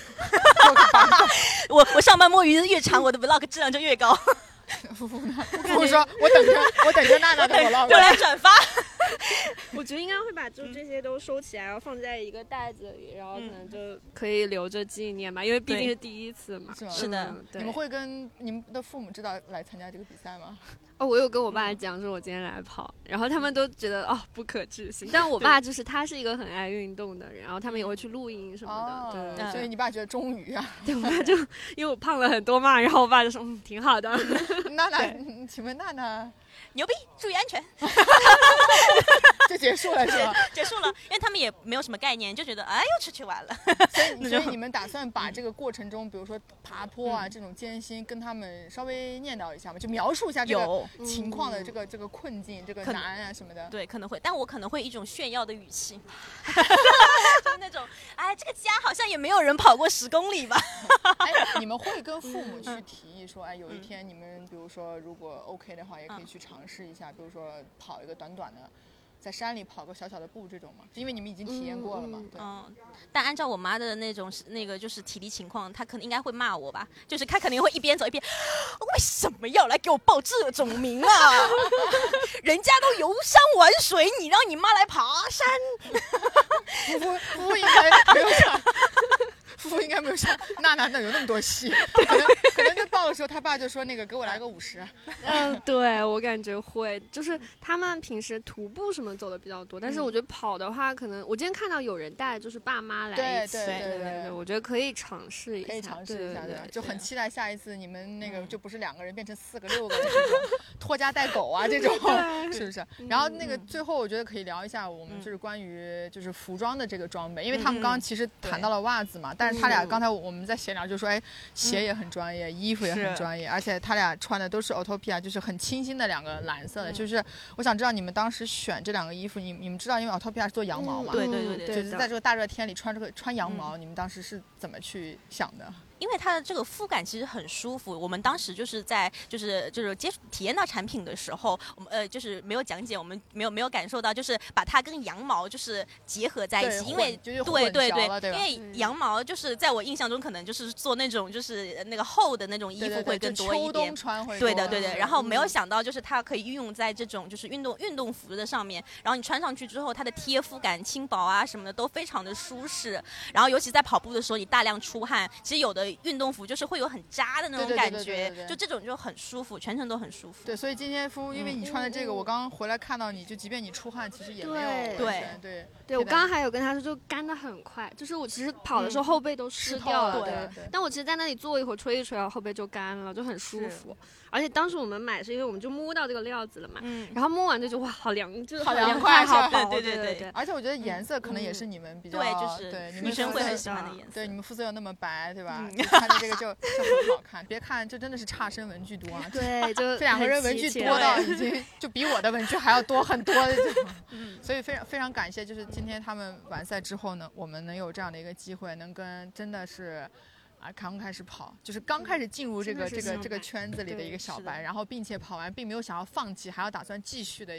S4: 我上班摸鱼越长，我的 vlog 质量就越高。
S5: 夫妇说，我等着娜娜的 vlog，
S4: 我来转发。
S3: 我觉得应该会把就这些都收起来，然后放在一个袋子里，然后可能就可以留着纪念吧，因为毕竟是第一次嘛。
S4: 是的，
S5: 你们会跟你们的父母知道来参加这个比赛吗？
S3: 我有跟我爸讲说我今天来跑，然后他们都觉得不可置信。但我爸就是他是一个很爱运动的人，然后他们也会去露营什么的。对，
S5: 所以你爸觉得终于啊？
S3: 对，我爸就因为我胖了很多嘛，然后我爸就说挺好的。
S5: 娜娜，请问娜娜？
S4: 牛逼，注意安全。
S5: 就结束了是吧？
S4: 结束了，因为他们也没有什么概念，就觉得又出去玩了。
S5: 所以你们打算把这个过程中，比如说爬坡啊这种艰辛，跟他们稍微念叨一下吗？就描述一下这个情况的这个困境、这个难啊什么的。
S4: 对，可能会，但我可能会一种炫耀的语气，就是那种这个家好像也没有人跑过10公里吧。
S5: 你们会跟父母去提议说，有一天你们比如说如果 OK 的话，也可以去尝试一下，比如说跑一个短短的。在山里跑个小小的步这种嘛，因为你们已经体验过了嘛。对。
S4: 但按照我妈的那种就是体力情况，她可能应该会骂我吧，就是她肯定会一边走一边，为什么要来给我报这种名啊？人家都游山玩水，你让你妈来爬山？
S5: 夫应该没有想。夫应该没有像娜娜那有那么多戏，可能在报的时候，他爸就说那个给我来个50。
S3: 对，我感觉会，就是他们平时徒步什么走的比较多，但是我觉得跑的话，可能我今天看到有人带就是爸妈来一起，对，我觉得可以尝试一下，
S5: 对，就很期待下一次你们那个就不是2个人变成4个6个这种拖家带狗啊这种，是不是？然后那个最后我觉得可以聊一下我们就是关于就是服装的这个装备，因为他们刚刚其实谈到了袜子嘛，但是他俩刚才我们在闲聊就说，鞋也很专业，衣服也很专业，而且他俩穿的都是 Autopia， 就是很清新的2个蓝色的。就是我想知道你们当时选这2个衣服，你们知道，因为 Autopia 是做羊毛嘛，
S4: 对，
S5: 就是在这个大热天里穿羊毛，你们当时是怎么去想的？
S4: 因为它的这个肤感其实很舒服，我们当时就是在就是体验到产品的时候，我们就是没有讲解，我们没有感受到，就是把它跟羊毛就是结合在一起，因为对，因为羊毛就是在我印象中可能就是做那种就是那个厚的那种衣服会更多一点，
S5: 秋冬穿会
S4: 对的，然后没有想到就是它可以运用在这种就是运动服的上面，然后你穿上去之后，它的贴肤感、轻薄啊什么的都非常的舒适，然后尤其在跑步的时候，你大量出汗，其实有的运动服就是会有很扎的那种感觉，就这种就很舒服，全程都很舒服。
S5: 对，所以今天因为你穿的这个，我刚刚回来看到你就即便你出汗，其实也没有
S3: 对，我刚刚还有跟他说，就干得很快，就是我其实跑的时候后背都湿掉了，
S5: 对。
S3: 但我其实在那里坐一会儿，吹一吹，后背就干了，就很舒服。而且当时我们买是因为我们就摸到这个料子了嘛，然后摸完就觉得哇，好凉，就是
S5: 好凉快，
S3: 好薄，
S4: 对。
S5: 而且我觉得颜色可能也是你们比较
S4: 对女生会很喜欢的颜色。
S5: 对，你们肤色又那么白，对吧？穿的这个就很好看。别看，就真的是差生文具多啊。
S3: 对，就
S5: 这2个人文具多到已经就比我的文具还要多很多的这种。所以非常感谢，就是今天他们完赛之后呢，我们能有这样的一个机会，能跟真的是。刚开始跑，就是刚开始进入这个圈子里的一个小白，然后并且跑完并没有想要放弃，还要打算继续的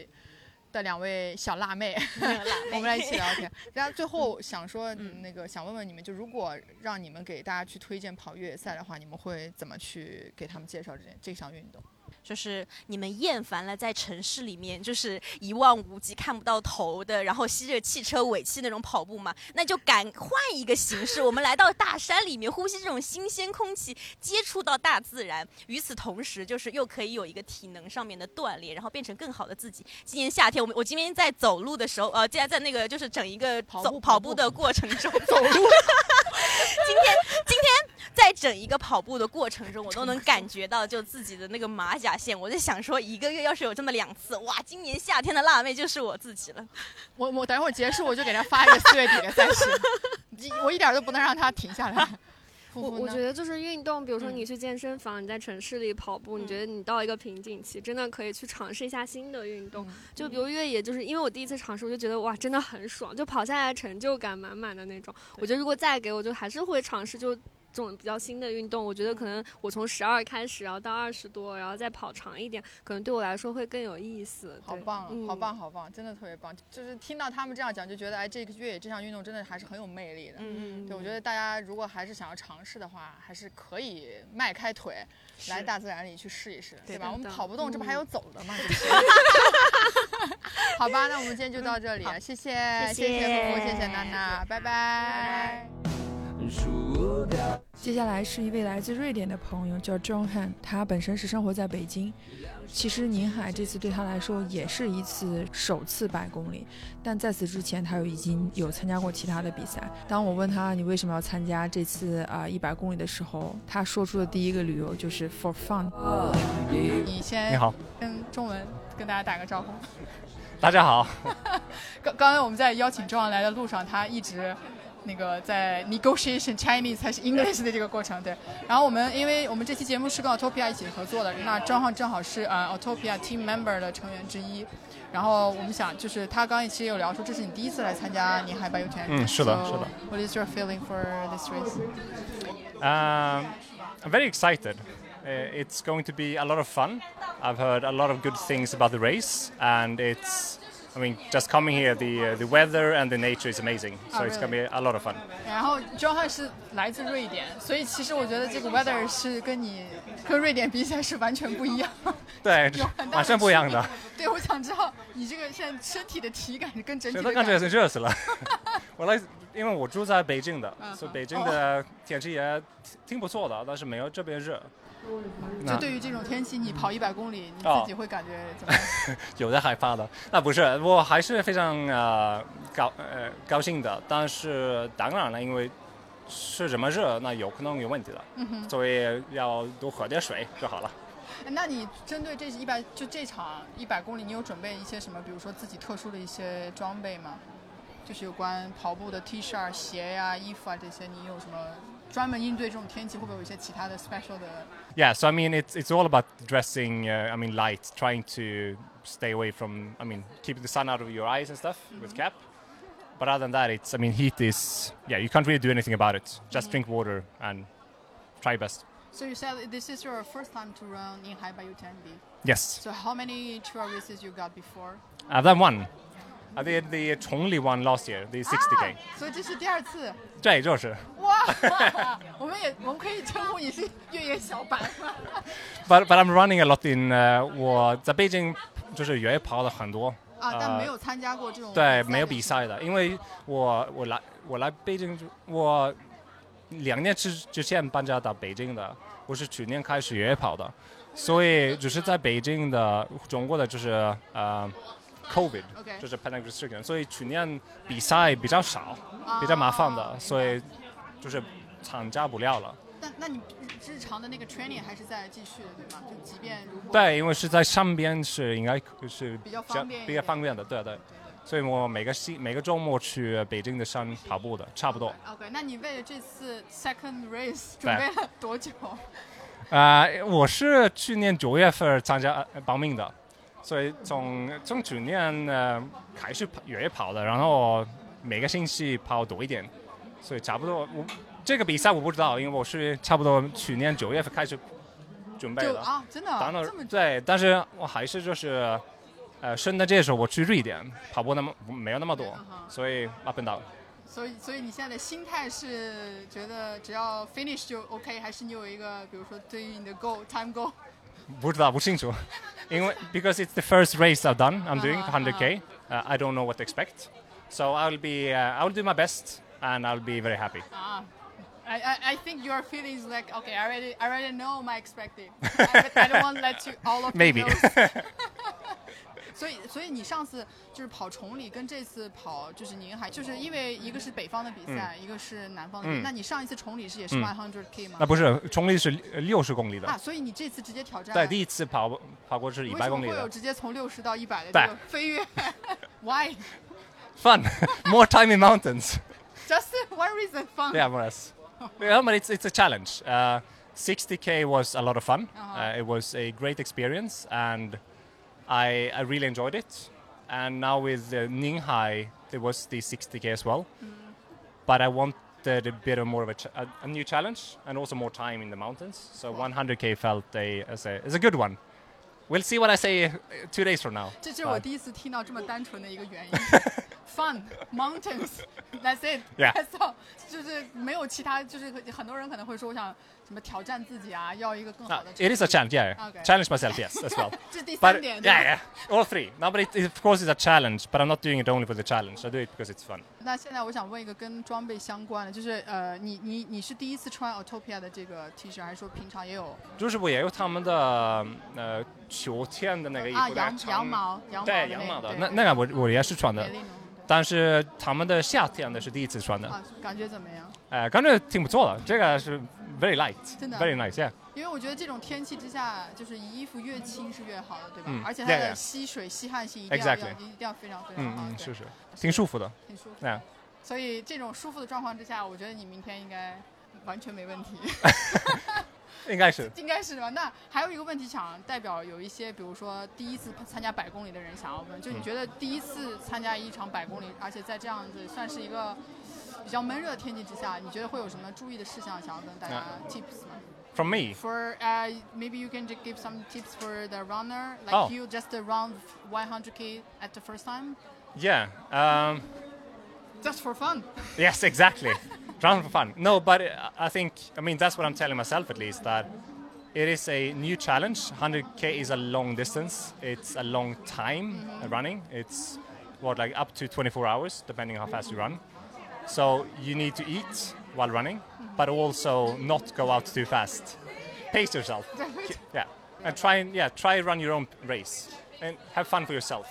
S5: 2位小辣妹，我们来一起聊天。然后最后想说，想问问你们，就如果让你们给大家去推荐跑越野赛的话，你们会怎么去给他们介绍这项运动？
S4: 就是你们厌烦了在城市里面就是一望无际看不到头的，然后吸着汽车尾气那种跑步吗？那就敢换一个形式，我们来到大山里面呼吸这种新鲜空气，接触到大自然，与此同时就是又可以有一个体能上面的锻炼，然后变成更好的自己。今年夏天我今天在走路的时候竟然在那个就是整一个跑步的过程中走路今天在整一个跑步的过程中，我都能感觉到就自己的那个马甲线。我在想说1个月要是有这么2次，哇，今年夏天的辣妹就是我自己了。
S5: 我等一会儿结束我就给他发一个4月底的赛事我一点都不能让他停下来。
S3: 我觉得就是运动，比如说你去健身房，你在城市里跑步，你觉得你到一个瓶颈期，真的可以去尝试一下新的运动。就比如越野，就是因为我第一次尝试，我就觉得哇，真的很爽，就跑下来成就感满满的那种。我觉得如果再给我，就还是会尝试就这种比较新的运动。我觉得可能我从12开始，然后到20多，然后再跑长一点，可能对我来说会更有意思。
S5: 好棒，好棒，好棒，真的特别棒。就是听到他们这样讲，就觉得哎，这个越野这项运动真的还是很有魅力的。对，我觉得大家如果还是想要尝试的话，还是可以迈开腿来大自然里去试一试，对吧？我们跑不动，这不还有走的吗？好吧，那我们今天就到这里，谢谢夫妇，谢谢娜娜，拜拜。
S2: 接下来是一位来自瑞典的朋友，叫 John Han， 他本身是生活在北京。其实宁海这次对他来说也是一次首次100公里，但在此之前他已经有参加过其他的比赛。当我问他你为什么要参加这次100公里的时候，他说出的第一个理由就是 for fun。
S5: 你先，
S6: 你好，
S5: 跟中文跟大家打个招呼。
S6: 大家好。
S5: 刚才我们在邀请John来的路上，他一直那个在 negotiation Chinese 还是 English 的这个过程，对。然后因为我们这期节目是跟 Autopia 一起合作的，那正好是Autopia team member 的成员之一。然后我们想，就是他刚才其实有聊说，这是你第一次来参加宁海10000。
S6: 是的，是的。
S5: What is your feeling for this race?
S6: I'm very excited. It's going to be a lot of fun. I've heard a lot of good things about the race, and just coming here, the weather and the nature is amazing. So it's going to be a lot of fun.
S5: 然后 John 是来自瑞典，所以其实我觉得这个 weather 是跟瑞典比起来是完全不一样。
S6: 对，完全不一样的。
S5: 对，我想知道你这个现在身体的体感跟整体的
S6: 感觉热死了。因为我住在北京的，所以北京的天气也挺不错的，但是没有这边热。
S5: 就对于这种天气，你跑100公里，你自己会感觉怎么样？
S6: 有点害怕的。那不是，我还是非常高兴的。但是当然了，因为是这么热，那有可能有问题的，所以要多喝点水就好了。
S5: 那你针对这场100公里，你有准备一些什么？比如说自己特殊的一些装备吗？就是有关跑步的 T 恤、鞋呀、衣服啊这些，你有什么专门应对这种天气？会不会有一些其他的 special 的
S6: ？Yeah, so it's all about dressing. Light, trying to stay away from. Keeping the sun out of your eyes and stuff with cap. But other than that, heat is. Yeah, you can't really do anything about it. Just drink water and try your best.
S5: So you said this is your first time to run in Ninghai Baiyutianbi?
S6: Yes.
S5: So how many trail races you got before?
S6: I've done one. I did the Chongli one last year, the 60K.
S5: 所以这是第2次。
S6: 对，就是。
S5: 哇，我们可以称呼你是越野小白吗
S6: ？But I'm running a lot in 我在北京就是越野跑了很多。
S5: 但没有参加过这种。
S6: 对，没有比赛的，因为我来北京，我2年之前搬家到北京的，我是去年开始越野跑的，所以就是在北京的中国的就是COVID， 就是 pandemic restriction， 所以去年比赛比较少，比较麻烦的，所以就是参加不了了。
S5: 那你日常的那个 training 还是在继续的，对吗？就即便如果
S6: 对，因为是在上边是应该是
S5: 比较方
S6: 便的，对。所以我每个周末去北京的山跑步的，差不多。
S5: OK， 那你为了这次 second race 准备了多久？
S6: 我是去年9月份报名的。所以从去年开始越野跑的，然后每个星期跑多一点，所以差不多。这个比赛我不知道，因为我是差不多去年9月份开始准备的。
S5: 真的？这么
S6: 对，但是我还是就是圣诞节的时候我去瑞典跑步没有那么多，所以 up and down。
S5: 所以你现在的心态是觉得只要 finish 就 OK， 还是你有一个比如说对于你的 time goal？
S6: 不知道，不清楚，因为 because it's the first race I've done. I'm doing 100k. I don't know what to expect, so I will do my best, and I'll be very happy.
S5: I think your feelings like okay. I already know my expected. I don't want to let you all of
S6: maybe.
S5: 所以你上次就是跑崇礼跟这次跑就是宁海，就是因为一个是北方的比赛，一个是南方的比赛。那你上一次崇礼是也是 100k 吗？
S6: 那不是，崇礼是60公里的。
S5: 所以你这次直接挑战。
S6: 对，第一次跑过是100公里的。为什么
S5: 会有直接从60到100的这个飞跃？Why?
S6: Fun, more time in mountains.
S5: Just one reason, fun.
S6: Yeah, more or less. Yeah, but it's a challenge. 60k was a lot of fun. It was a great experience, and I really enjoyed it. And now with Ninghai, there was the 60k as well. But I wanted a bit of more of a new challenge and also more time in the mountains. So 100k felt as a good one. We'll see what I say 2 days from now.
S5: 这是我第一次听到这么单纯的一个原因。Fun, mountains, that's it.
S6: Yeah.
S5: That's all. 就是没有其他，就是很多人可能会说我想什么挑战自己啊，要一个更好的。
S6: It is a challenge, yeah.
S5: Okay.
S6: Challenge myself, yes, as well.
S5: 这第三点。
S6: Yeah, all three. No, but of course it's a challenge, but I'm not doing it only for the challenge. I do it because it's fun.
S5: 那现在我想问一个跟装备相关的，就是你是第一次穿 Autopia 的这个 T 恤，还是说平常也有？
S6: 就是我也有他们的秋天的那个衣服，
S5: 羊毛
S6: 的，那个我也是穿的。但是他们的夏天的是第一次穿的，
S5: 感觉怎么样？
S6: 感觉挺不错的，这个是 very light，
S5: 真的
S6: very nice， yeah。
S5: 因为我觉得这种天气之下，就是衣服越轻是越好的，对吧？而且它的吸水、吸汗性一定要非常非常好。
S6: 是，挺舒服的，
S5: 挺舒服。
S6: yeah。
S5: 所以这种舒服的状况之下，我觉得你明天应该完全没问题。
S6: 应该是
S5: 吧？那还有一个问题想代表有一些，比如说第一次参加100公里的人想要问，就你觉得第一次参加一场100公里，而且在这样子算是一个比较闷热的天气之下，你觉得会有什么注意的事项想要跟大家 tips 吗
S6: ？From me?
S5: For maybe you can give some tips for the runner, like you just run 100k at the first time.
S6: Yeah.
S5: Just for fun.
S6: Yes, exactly. Run for fun. No, but I mean, that's what I'm telling myself at least, that it is a new challenge. 100k is a long distance. It's a long time running. It's like up to 24 hours, depending on how fast you run. So you need to eat while running, but also not go out too fast. Pace yourself. Yeah. And try run your own race and have fun for yourself.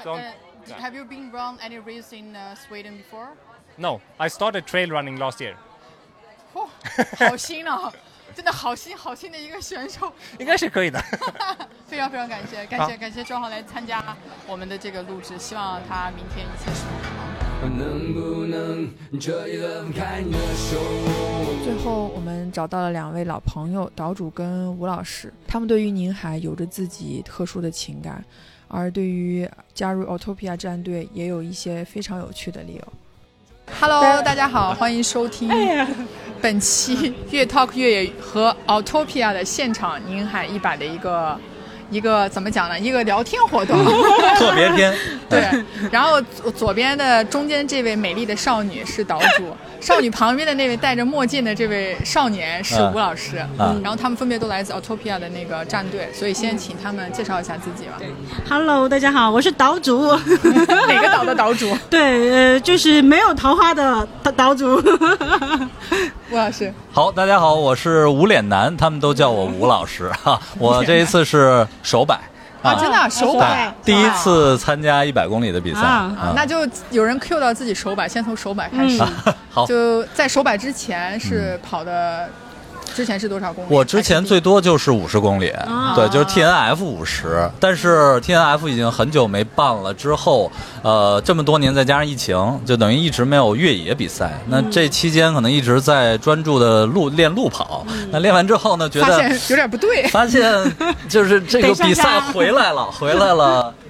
S5: Have you been run any race in Sweden before?
S6: No, I started trail running last year.
S5: 好新啊，真的好新的一个选手，
S6: 应该是可以的。
S5: 非常非常感谢庄浩来参加我们的这个录制，希望他明天一切顺利。能不能这一轮开你的手？最后我们找到了2位老朋友，岛主跟吴老师，他们对于宁海有着自己特殊的情感，而对于加入 Autopia 战队也有一些非常有趣的理由。Hello， 大家好，欢迎收听本期越 Talk 越野和 Autopia 的现场宁海100的一个怎么讲呢？一个聊天活动，
S7: 特别篇。
S5: 对，然后左边的中间这位美丽的少女是岛主，少女旁边的那位戴着墨镜的这位少年是吴老师，然后他们分别都来自 Autopia 的那个战队，所以先请他们介绍一下自己吧。
S8: Hello， 大家好，我是岛主。
S5: 哪个岛的岛主？
S8: 对，就是没有桃花的岛主。
S5: 吴老师。
S7: 好，大家好，我是无脸男，他们都叫我吴老师哈。我这一次是手摆。
S5: 真的手摆，
S7: 第一次参加100公里的比赛，
S5: 那就有人 Q 到自己手摆，先从手摆开始。
S7: 好，
S5: 就在手摆之前是跑的。之前是多少公里？
S7: 我之前最多就是50公里，对，就是 TNF 50，但是 TNF 已经很久没办了，之后这么多年再加上疫情，就等于一直没有越野比赛。那这期间可能一直在专注的练路跑。那练完之后呢，觉得
S5: 发现有点不对，
S7: 发现就是这个比赛回来了，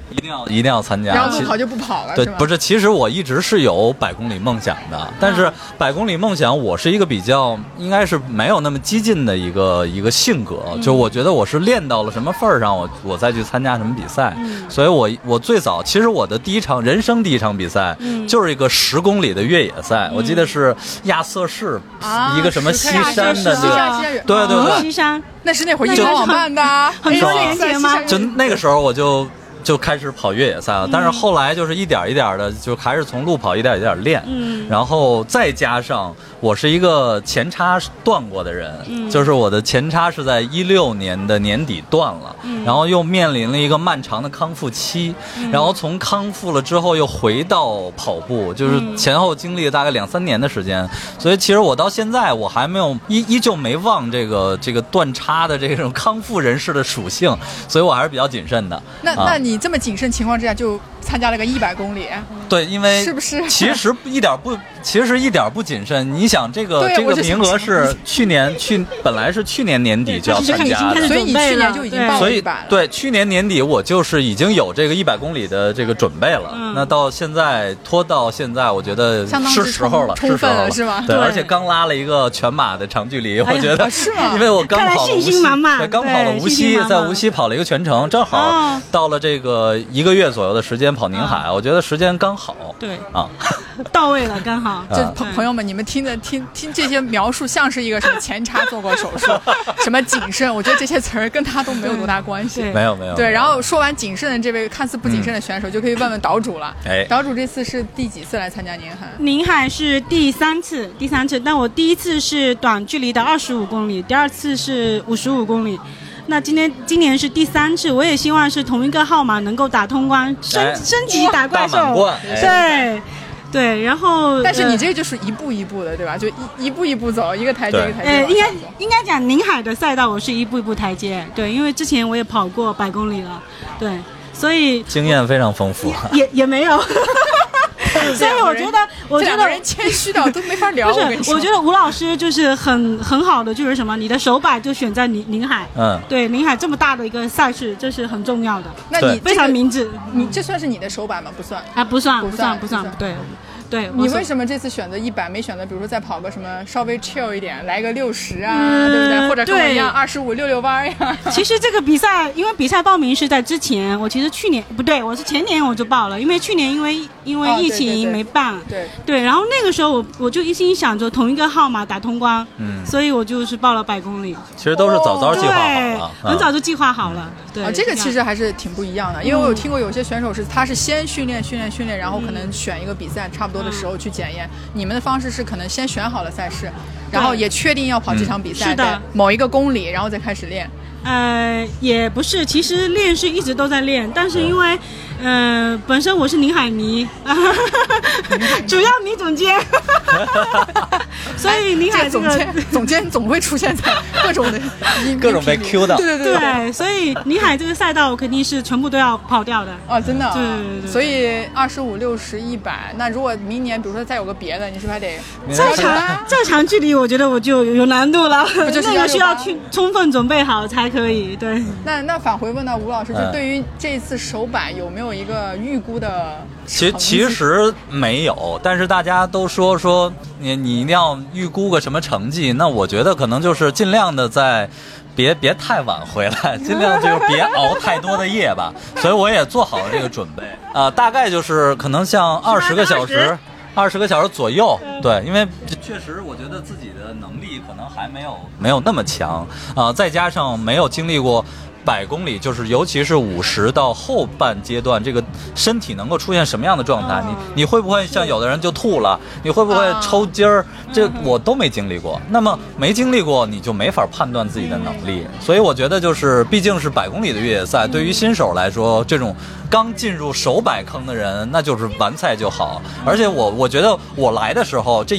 S7: 一定要参加。
S5: 然后路跑就不跑了，
S7: 对，不是，其实我一直是有100公里梦想的，但是100公里梦想我是一个比较应该是没有那么激进的一个性格，就我觉得我是练到了什么份儿上，我再去参加什么比赛。所以我最早其实我的人生第一场比赛就是一个10公里的越野赛，我记得是亚瑟士一个什么西山的那个，对，
S5: 西山，那是那会儿一网办的，
S8: 很多年前吗？
S7: 就那个时候我就开始跑越野赛了，但是后来就是一点一点的，就还是从路跑一点一点练，然后再加上我是一个前叉断过的人，就是我的前叉是在16年的年底断了，然后又面临了一个漫长的康复期，然后从康复了之后又回到跑步，就是前后经历了大概2-3年的时间，所以其实我到现在我还没有依旧没忘这个断叉的这种康复人士的属性，所以我还是比较谨慎的。
S5: 那你这么谨慎情况之下就参加了个100公里？
S7: 对，因为
S5: 是不是
S7: 其实一点不谨慎。你想这个名额是本来是去年年底就要参加的，
S5: 所以你去年就已经报了100了。
S7: 对，去年年底我就是已经有这个100公里的这个准备了，那到现在拖到现在，我觉得是时候了，
S5: 充分了是吗？
S7: 对，而且刚拉了一个全马的长距离，我觉得
S5: 是吗？
S7: 因为我刚跑了无锡，
S8: 刚
S7: 跑了无锡，在无锡跑了一个全程，正好到了这个1个月左右的时间跑宁海，我觉得时间刚好。
S8: 对啊，到位了，刚好。
S5: 这朋友们，你们听这些描述，像是一个什么前叉做过手术，什么谨慎，我觉得这些词儿跟他都没有多大关系。
S7: 没有。
S5: 对，然后说完谨慎的这位看似不谨慎的选手，就可以问问岛主了。岛主这次是第几次来参加宁海？
S8: 宁海是第3次，但我第一次是短距离的25公里，第2次是55公里。那今年是第3次，我也希望是同一个号码能够打通关，升级打怪兽。对，然后
S5: 但是你这就是一步一步的，对吧？就一步一步走，一个台阶一个台阶。
S8: 应该讲宁海的赛道我是一步一步台阶，对，因为之前我也跑过100公里了，对，所以
S7: 经验非常丰富。
S8: 也没有。所以我觉得
S5: 两个人谦虚的都没法聊。
S8: 我觉得吴老师就是很好的，就是什么，你的手把就选在宁海，对，宁海这么大的一个赛事，这是很重要的。
S5: 那你
S8: 非常明智，
S5: 你这算是你的手把吗？不算
S8: 啊，不算，对，
S5: 你为什么这次选择100，没选择比如说再跑个什么稍微 chill 一点，来个60啊，对不对？或者跟我一样25、66弯呀？
S8: 其实这个比赛，因为比赛报名是在之前，我其实去年不对，我是前年我就报了，因为去年因为疫情没办，对，然后那个时候我就一心想着同一个号码打通关，所以我就是报了100公里。
S7: 其实都是早计划好了，
S8: 很早就计划好了。对，
S5: 这个其实还是挺不一样的，因为我有听过有些选手他是先训练，然后可能选一个比赛差不多的时候去检验。你们的方式是可能先选好了赛事，然后也确定要跑这场比赛的某一个公里，然后再开始练。
S8: 也不是，其实练是一直都在练，但是因为本身我是宁海迷，主要迷总监，所以宁海这个
S5: 总监总会出现在各种
S7: 被 Q 到。
S8: 对，所以宁海这个赛道我肯定是全部都要跑掉的。
S5: 哦，真的。
S8: 对。
S5: 所以25、60、100，那如果明年比如说再有个别的，你是不是还得
S8: 这长距离？我觉得我就有难度了，那个需要去充分准备好才可以。对。
S5: 那返回问到吴老师，就对于这次手把有没有一个预估的？
S7: 其实没有，但是大家都说你一定要预估个什么成绩，那我觉得可能就是尽量的在别太晚回来，尽量就是别熬太多的夜吧。所以我也做好了这个准备，大概就是可能像20个小时左右。对，因为确实我觉得自己的能力可能还没有那么强再加上没有经历过100公里，就是尤其是50到后半阶段，这个身体能够出现什么样的状态？你会不会像有的人就吐了？你会不会抽筋儿？这我都没经历过。那么没经历过，你就没法判断自己的能力。所以我觉得就是毕竟是100公里的越野赛，对于新手来说，这种刚进入手摆坑的人，那就是完赛就好。而且我觉得我来的时候，这一路我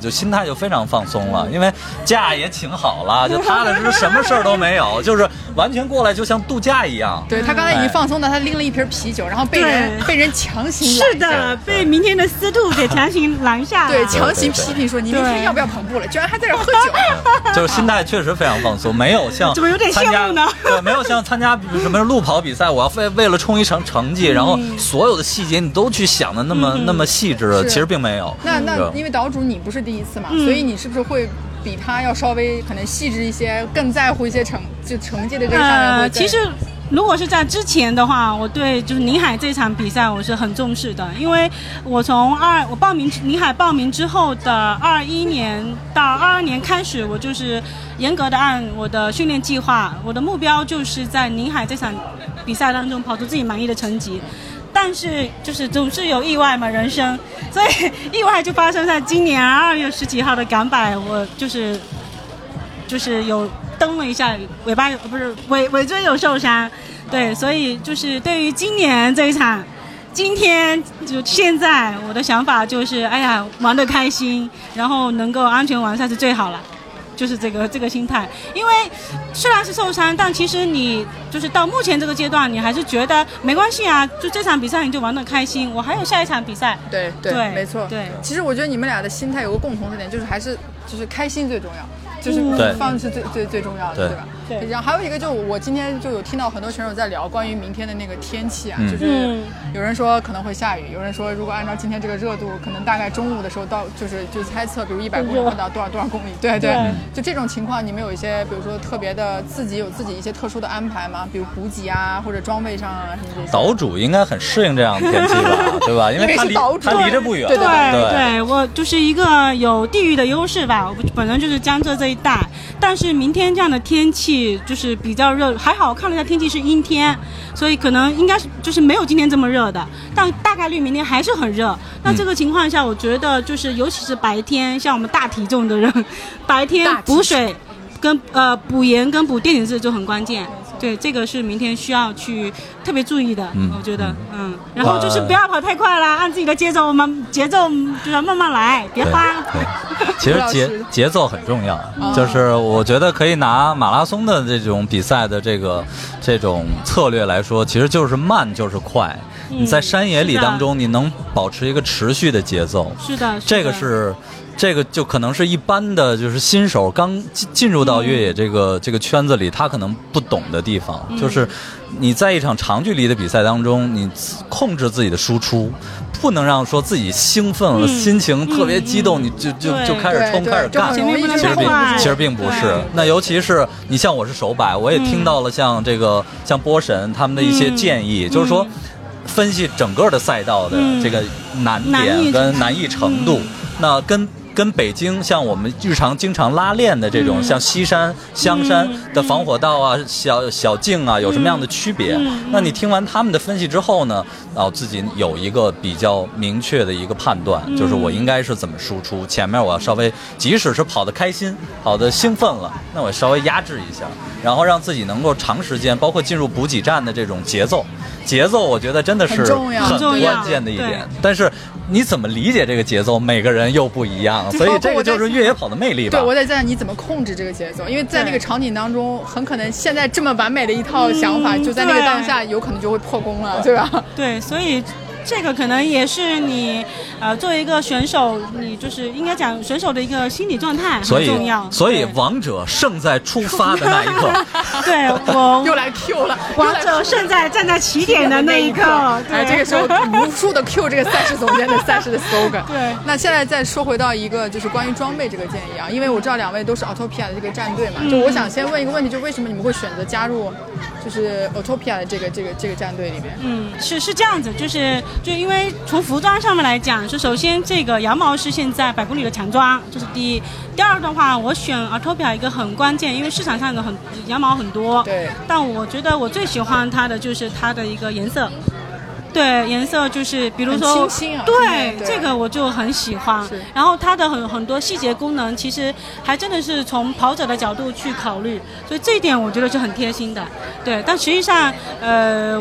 S7: 就心态就非常放松了，因为假也请好了，就踏踏实实什么事儿都没有，就是完全过来就像度假一样。
S5: 对，他刚才已经放松的，他拎了一瓶啤酒，然后被人强行
S8: 是的，被明天的司徒给强行拦下了。
S5: 对，强行批评说你明天要不要跑步了，居然还在这喝酒。
S7: 就是心态确实非常放松，没有像
S8: 怎么有点羡慕呢？
S7: 对，没有像参加什么路跑比赛，我要为了冲一成绩，然后所有的细节你都去想的那么细致，其实并没有。
S5: 那因为岛主你不是第一次嘛，所以你是不是会比他要稍微可能细致一些，更在乎一些成绩的这个上面会？
S8: 其实如果是在之前的话，我对就是宁海这场比赛我是很重视的，因为我从我报名宁海报名之后的21年到22年开始，我就是严格的按我的训练计划，我的目标就是在宁海这场比赛当中跑出自己满意的成绩。但是就是总是有意外嘛，人生，所以意外就发生在今年2月10几号的港百，我就是有蹬了一下尾椎有受伤，对，所以就是对于今年这一场，今天就现在我的想法就是，哎呀，玩得开心，然后能够安全完赛是最好了。就是这个心态，因为虽然是受伤，但其实你就是到目前这个阶段，你还是觉得没关系啊，就这场比赛你就玩得开心，我还有下一场比赛。
S5: 对，没错。对，其实我觉得你们俩的心态有个共同的点，就是还是就是开心最重要，就是放是最重要的，对吧？对。然后还有一个，就我今天就有听到很多选手在聊关于明天的那个天气啊，就是有人说可能会下雨，有人说如果按照今天这个热度，可能大概中午的时候到就猜测，比如100公里会到多少公里，对。就这种情况，你们有一些比如说特别的自己一些特殊的安排吗？比如补给啊，或者装备上啊什么这些。
S7: 岛主应该很适应这样的天气吧，对吧？因为他离着不远。
S8: 对，我就是一个有地域的优势吧，我本人就是江浙这一带，但是明天这样的天气就是比较热，还好看了一下天气是阴天，所以可能应该就是没有今天这么热的，但大概率明天还是很热。那这个情况下，我觉得就是尤其是白天，像我们大体重的人，白天补水跟补盐跟补电解质就很关键。对，这个是明天需要去特别注意的，我觉得，然后就是不要跑太快啦，按自己的节奏就是要慢慢来，别慌。
S7: 其实节奏很重要，就是我觉得可以拿马拉松的这种比赛的这种策略来说，其实就是慢就是快。你在山野里当中，你能保持一个持续的节奏，
S8: 是的，
S7: 这个就可能是一般的就是新手刚进入到越野这个圈子里，他可能不懂的地方，就是你在一场长距离的比赛当中，你控制自己的输出，不能让说自己兴奋了，心情特别激动，你就开始冲开始干，其实并不是。那尤其是你像我是手摆，我也听到了像波神他们的一些建议，就是说分析整个的赛道的这个难点跟难易程度，那跟北京像我们日常经常拉练的这种像西山、香山的防火道啊、小径啊有什么样的区别？那你听完他们的分析之后呢，自己有一个比较明确的一个判断，就是我应该是怎么输出。前面我要稍微，即使是跑得开心、跑得兴奋了，那我稍微压制一下，然后让自己能够长时间，包括进入补给站的这种节奏，我觉得真的是很关键的一点。但是你怎么理解这个节奏，每个人又不一样，所以这个就是越野跑的魅力吧。
S5: 对，我在你怎么控制这个节奏，因为在那个场景当中，很可能现在这么完美的一套想法，就在那个当下有可能就会破功了，对吧？
S8: 对，所以这个可能也是你作为一个选手，你就是应该讲选手的一个心理状态很重要。
S7: 所以王者胜在出发的那一刻。
S8: 对，我
S5: 又来 Q 了，
S8: 王者胜在站在起点的那一刻。
S5: 这个时候无数的 Q 这个赛事总监的赛事的 slogan。对，那现在再说回到一个就是关于装备这个建议啊，因为我知道两位都是 Autopia 的这个战队嘛，就我想先问一个问题，就为什么你们会选择加入就是 Autopia 的这个战队里面？
S8: 是这样子，就因为从服装上面来讲，是首先这个羊毛是现在100公里的强装，这是第一。第二的话，我选 Autopia 一个很关键，因为市场上的羊毛很多，对。但我觉得我最喜欢它的就是它的一个颜色。对，颜色就是比如说，对这个我就很喜欢。然后它的很多细节功能，其实还真的是从跑者的角度去考虑，所以这一点我觉得是很贴心的。对，但实际上，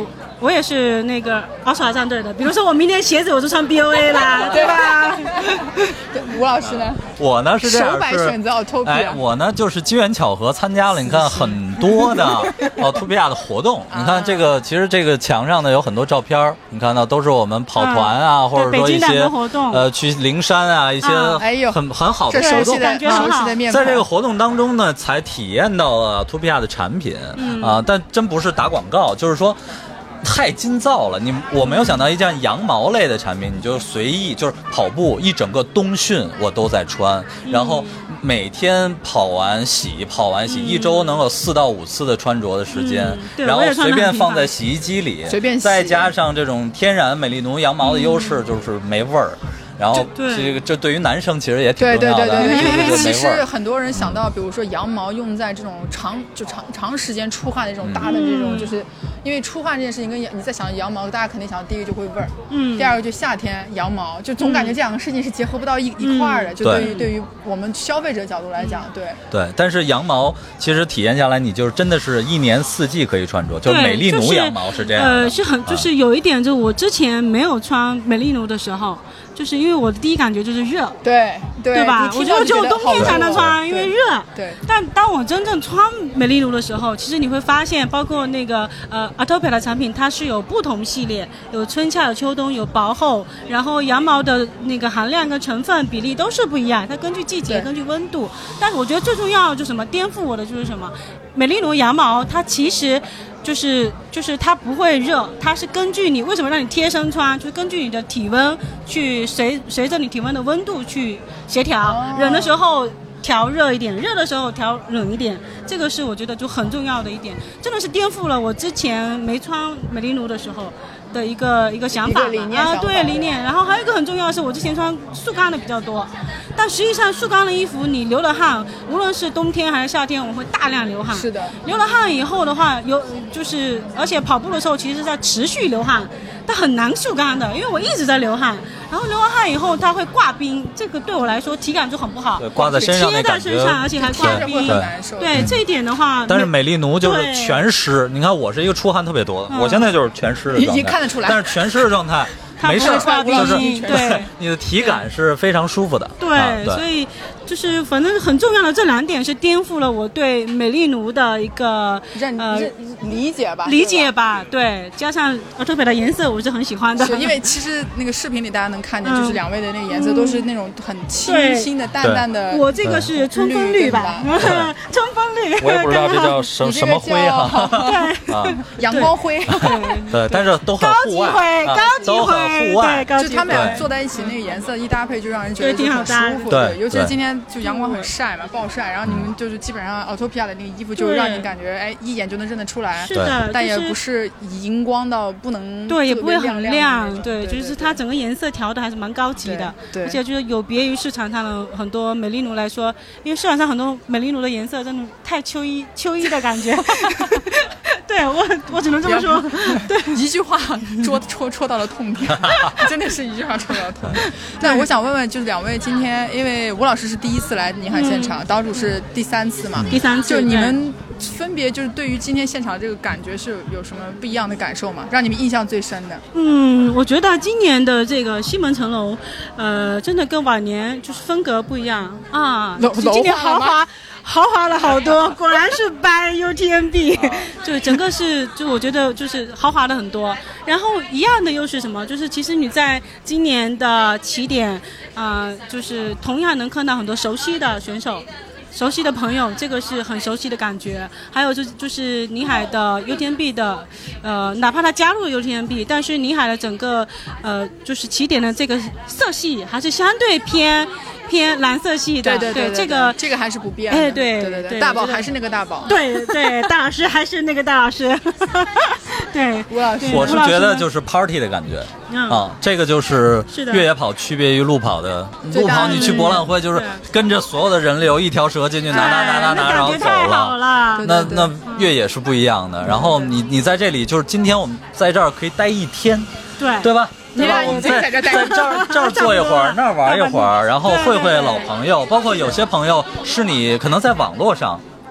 S8: 我也是那个奥斯卡战队的，比如说我明天鞋子我就穿 BOA 啦，对吧？
S5: 吴老师呢？
S7: 我呢是这样，
S5: 首摆选择 Autopia。
S7: 我呢就是机缘巧合参加了，你看很多的Autopia 的活动。你看这个，其实这个墙上呢有很多照片，你看到都是我们跑团啊，或者说一些去灵山啊一些很好的活动，
S5: 感觉很好。
S7: 在这个活动当中呢，才体验到了Autopia的产品但真不是打广告，就是说。太金造了，我没有想到一件羊毛类的产品，你就随意就是跑步一整个冬训我都在穿，然后每天跑完洗，一周能有4到5次的穿着的时间，然后随便放在洗衣机里，
S5: 随便洗，
S7: 再加上这种天然美丽奴羊毛的优势，就是没味儿。然后这对于男生其实也挺重要的，
S5: 对，因为其实很多人想到，比如说羊毛用在这种长时间出汗的这种大的这种，就是因为出汗这件事情跟你在想羊毛，大家肯定想到第一个就会味儿，第二个就夏天羊毛，就总感觉这两个事情是结合不到一块儿的，就对于我们消费者角度来讲，
S7: 对。但是羊毛其实体验下来，你就是真的是一年4季可以穿着，就是美丽奴羊毛是这样的，
S8: 是很就是有一点，就我之前没有穿美丽奴的时候。就是因为我的第一感觉就是热，对吧？我觉得只有冬天才能穿，因为热。
S5: 对。
S8: 但当我真正穿美丽奴的时候，其实你会发现，包括那个Autopia 的产品，它是有不同系列，有春夏、有秋冬、有薄厚，然后羊毛的那个含量跟成分比例都是不一样，它根据季节、根据温度。但是我觉得最重要的就是什么？颠覆我的就是什么？美丽奴羊毛它其实。就是它不会热，它是根据你为什么让你贴身穿，就是根据你的体温去随着你体温的温度去协调，冷的时候调热一点，热的时候调冷一点，这个是我觉得就很重要的一点，真的是颠覆了我之前没穿美丽奴的时候的一个想法
S5: 理念
S8: 对理念。然后还有一个很重要的是，我之前穿速干的比较多，但实际上速干的衣服你流了汗，无论是冬天还是夏天，我会大量流汗。
S5: 是的，
S8: 流了汗以后的话，就是而且跑步的时候其实是在持续流汗，但很难速干的，因为我一直在流汗。然后流完汗以后它会挂冰，这个对我来说体感就很不好。
S7: 对，挂在身上
S8: 贴在身上，而且还挂冰，对这一点的话。
S7: 但是美丽奴就是全湿，你看我是一个出汗特别多的，我现在就是全湿的状态，
S5: 已经看得出来。
S7: 但是全湿的状态。没事，就是
S8: 对
S7: 你的体感是非常舒服的。
S8: 对，所以就是反正很重要的这2点是颠覆了我对美丽奴的一个
S5: 理
S8: 解吧。对，加上Autopia的颜色我是很喜欢的。
S5: 是因为其实那个视频里大家能看见，就是2位的那个颜色都是那种很清新的、淡淡的。
S8: 我这个是冲锋绿吧，冲锋绿。
S7: 我也不知道这叫什么灰哈。
S8: 对，
S5: 阳光灰。
S7: 对，但是都很户外，
S8: 高级灰。
S7: 户外，
S5: 就他们俩坐在一起，那个颜色一搭配，就让人觉得挺很舒服。
S7: 对，
S5: 尤其是今天就阳光很晒嘛，暴晒，然后你们就是基本上Autopia的那个衣服，就让你感觉一眼就能认得出来。
S8: 是的，
S5: 但也不是荧光到不能，
S8: 对，也不会很亮。对，就是它整个颜色调的还是蛮高级的，而且就是有别于市场上的很多美丽奴来说，因为市场上很多美丽奴的颜色真的太秋衣的感觉。对我只能这么说。对，
S5: 一句话戳到了痛点。真的是一句话戳到痛。那我想问问，就是2位今天，因为吴老师是第1次来宁海现场，岛主是第3次嘛？
S8: 第3次，
S5: 就你们分别就是对于今天现场这个感觉是有什么不一样的感受吗？让你们印象最深的？
S8: 我觉得今年的这个西门城楼，真的跟往年就是风格不一样啊，今年豪华了好多，果然是 by UTMB， 就整个是就我觉得就是豪华了很多。然后一样的又是什么？就是其实你在今年的起点，就是同样能看到很多熟悉的选手。熟悉的朋友，这个是很熟悉的感觉。还有就是宁海的 UTMB 的，哪怕他加入 UTMB， 但是宁海的整个就是起点的这个色系还是相对偏蓝色系的。
S5: 对，这个还是不变的。对，大宝还是那个大宝。
S8: 对，大老师还是那个大老师。对，
S5: 吴老师，
S7: 我是觉得就是 party 的感觉这个就是越野跑区别于路跑的。路跑你去博览会就是跟着所有的人流一条蛇进去拿，然后走了。那越野是不一样的。然后你在这里就是今天我们在这儿可以待1天，对吧？
S5: 对吧？我们在
S7: 这儿坐一会儿，那儿玩一会儿，然后会老朋友，包括有些朋友是你可能在网络上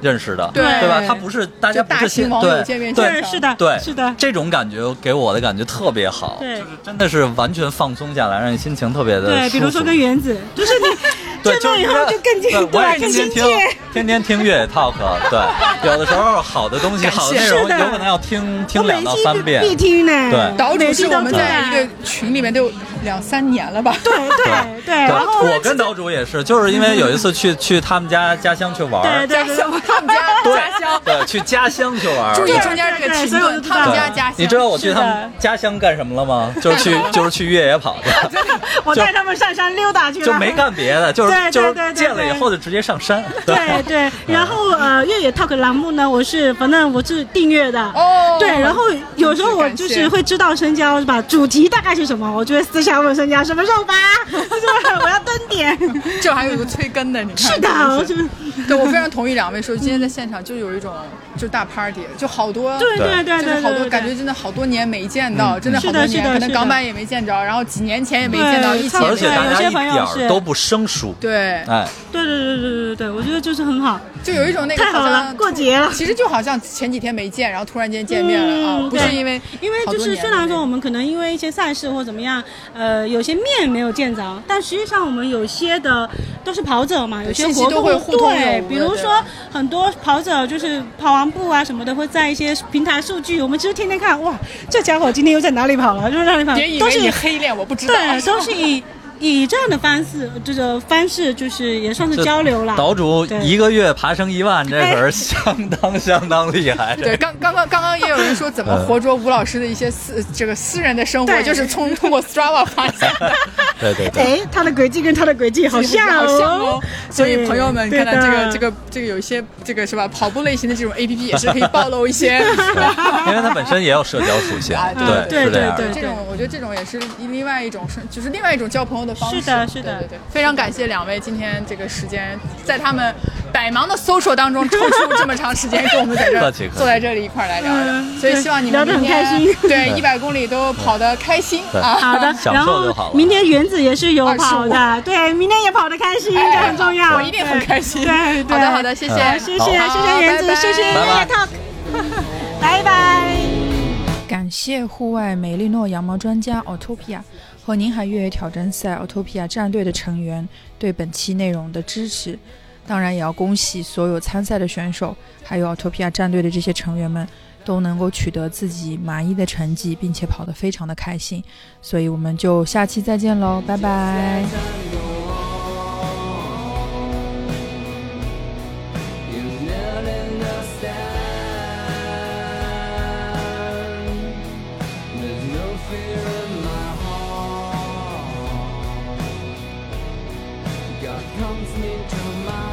S7: 认识的，
S5: 对
S7: 吧？他不是大家不是
S5: 新网友见面
S8: 对，是的，
S7: 对，
S8: 是的，
S7: 这种感觉给我的感觉特别好，
S8: 对，
S7: 就是真的是完全放松下来，让你心情特别的舒服。
S8: 对，比如说跟原子，就是你
S7: 对，
S8: 见面以后就更近，
S7: 对，我也
S8: 更亲切。
S7: 天天听越野 talk， 对，有的时候好的东西、好的内容，有可能要听2到3遍，
S8: 必听呢。
S7: 对，
S5: 岛主是我们在一个群里面都有2-3年了吧？
S8: 对。然后
S7: 我跟岛主也是，就是因为有一次去他们家乡去玩，
S5: 家乡他们家乡，
S7: 对，去家乡去玩。
S5: 注意中间这个停顿，他们家乡。
S7: 你知道我去他们家乡干什么了吗？就是去越野跑的。
S8: 我带他们上山溜达去了，
S7: 就没干别的，就是见了以后就直接上山。
S8: 对，然后越野 talk 栏目呢，反正我是订阅的哦。对，然后有时候我就是会知道深交是吧？主题大概是什么？我就会私下问深交什么时候发，我要登点。
S5: 这还有一个催更的，你看。
S8: 是的，
S5: 对，我非常同意2位说，今天在现场就有一种就大 party， 就好多，
S8: 对，
S5: 就是好多感觉真的好多年没见到，真的好多年，可能港版也没见着，然后几年前也没见到，一起，
S7: 而且大家一点都不生疏。
S5: 对，
S7: 哎，
S8: 对，我觉得就是很好，
S5: 就有一种那个
S8: 太好了，过节了，
S5: 其实就好像前几天没见，然后突然间见面了啊，不是因为
S8: 就是虽然说我们可能因为一些赛事或怎么样，有些面没有见着，但实际上我们有些的都是跑者嘛，有些活动
S5: 会互通，
S8: 对，比如说很多跑者就是跑完步啊什么的，会在一些平台数据，我们其实天天看，哇，这家伙今天又在哪里跑了，就是哪里跑，
S5: 别以为你黑练，我不知道，
S8: 对，都是以这样的方式，就是也算是交流了。
S7: 岛主1个月爬升1万，这可是相当厉害。
S5: 对，刚刚也有人说怎么活捉吴老师的一些私人的生活，就是通过 Strava 发现的。
S7: 对。
S8: 哎，他的轨迹跟他的轨迹好像哦。
S5: 所以朋友们，看到这个有一些这个是吧，跑步类型的这种 APP 也是可以暴露一些，
S7: 因为它本身也有社交属性。
S5: 对，
S7: 是这样。
S5: 这种我觉得这种也是另外一种就是另外一种交朋友的方式。
S8: 是的，
S5: 对，非常感谢2位今天这个时间，在他们百忙的social当中抽出这么长时间跟我们在这坐在这里一块来聊聊，所以希望你们明天对100公里都跑得开心啊！
S8: 好的，然后明天原子也是有跑的，对，明天也跑得开心，这很重要，
S5: 我一定很开心。
S8: 对，
S5: 好的，谢谢原子，
S8: 谢谢越野 talk，拜拜。
S2: 感谢户外梅利诺羊毛专家 Autopia 和宁海越野挑战赛 Autopia 战队的成员对本期内容的支持，当然也要恭喜所有参赛的选手，还有 Autopia 战队的这些成员们都能够取得自己满意的成绩，并且跑得非常的开心，所以我们就下期再见喽，拜拜。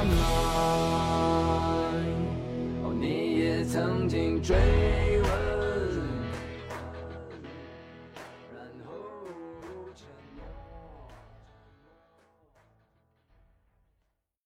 S1: 曾经追问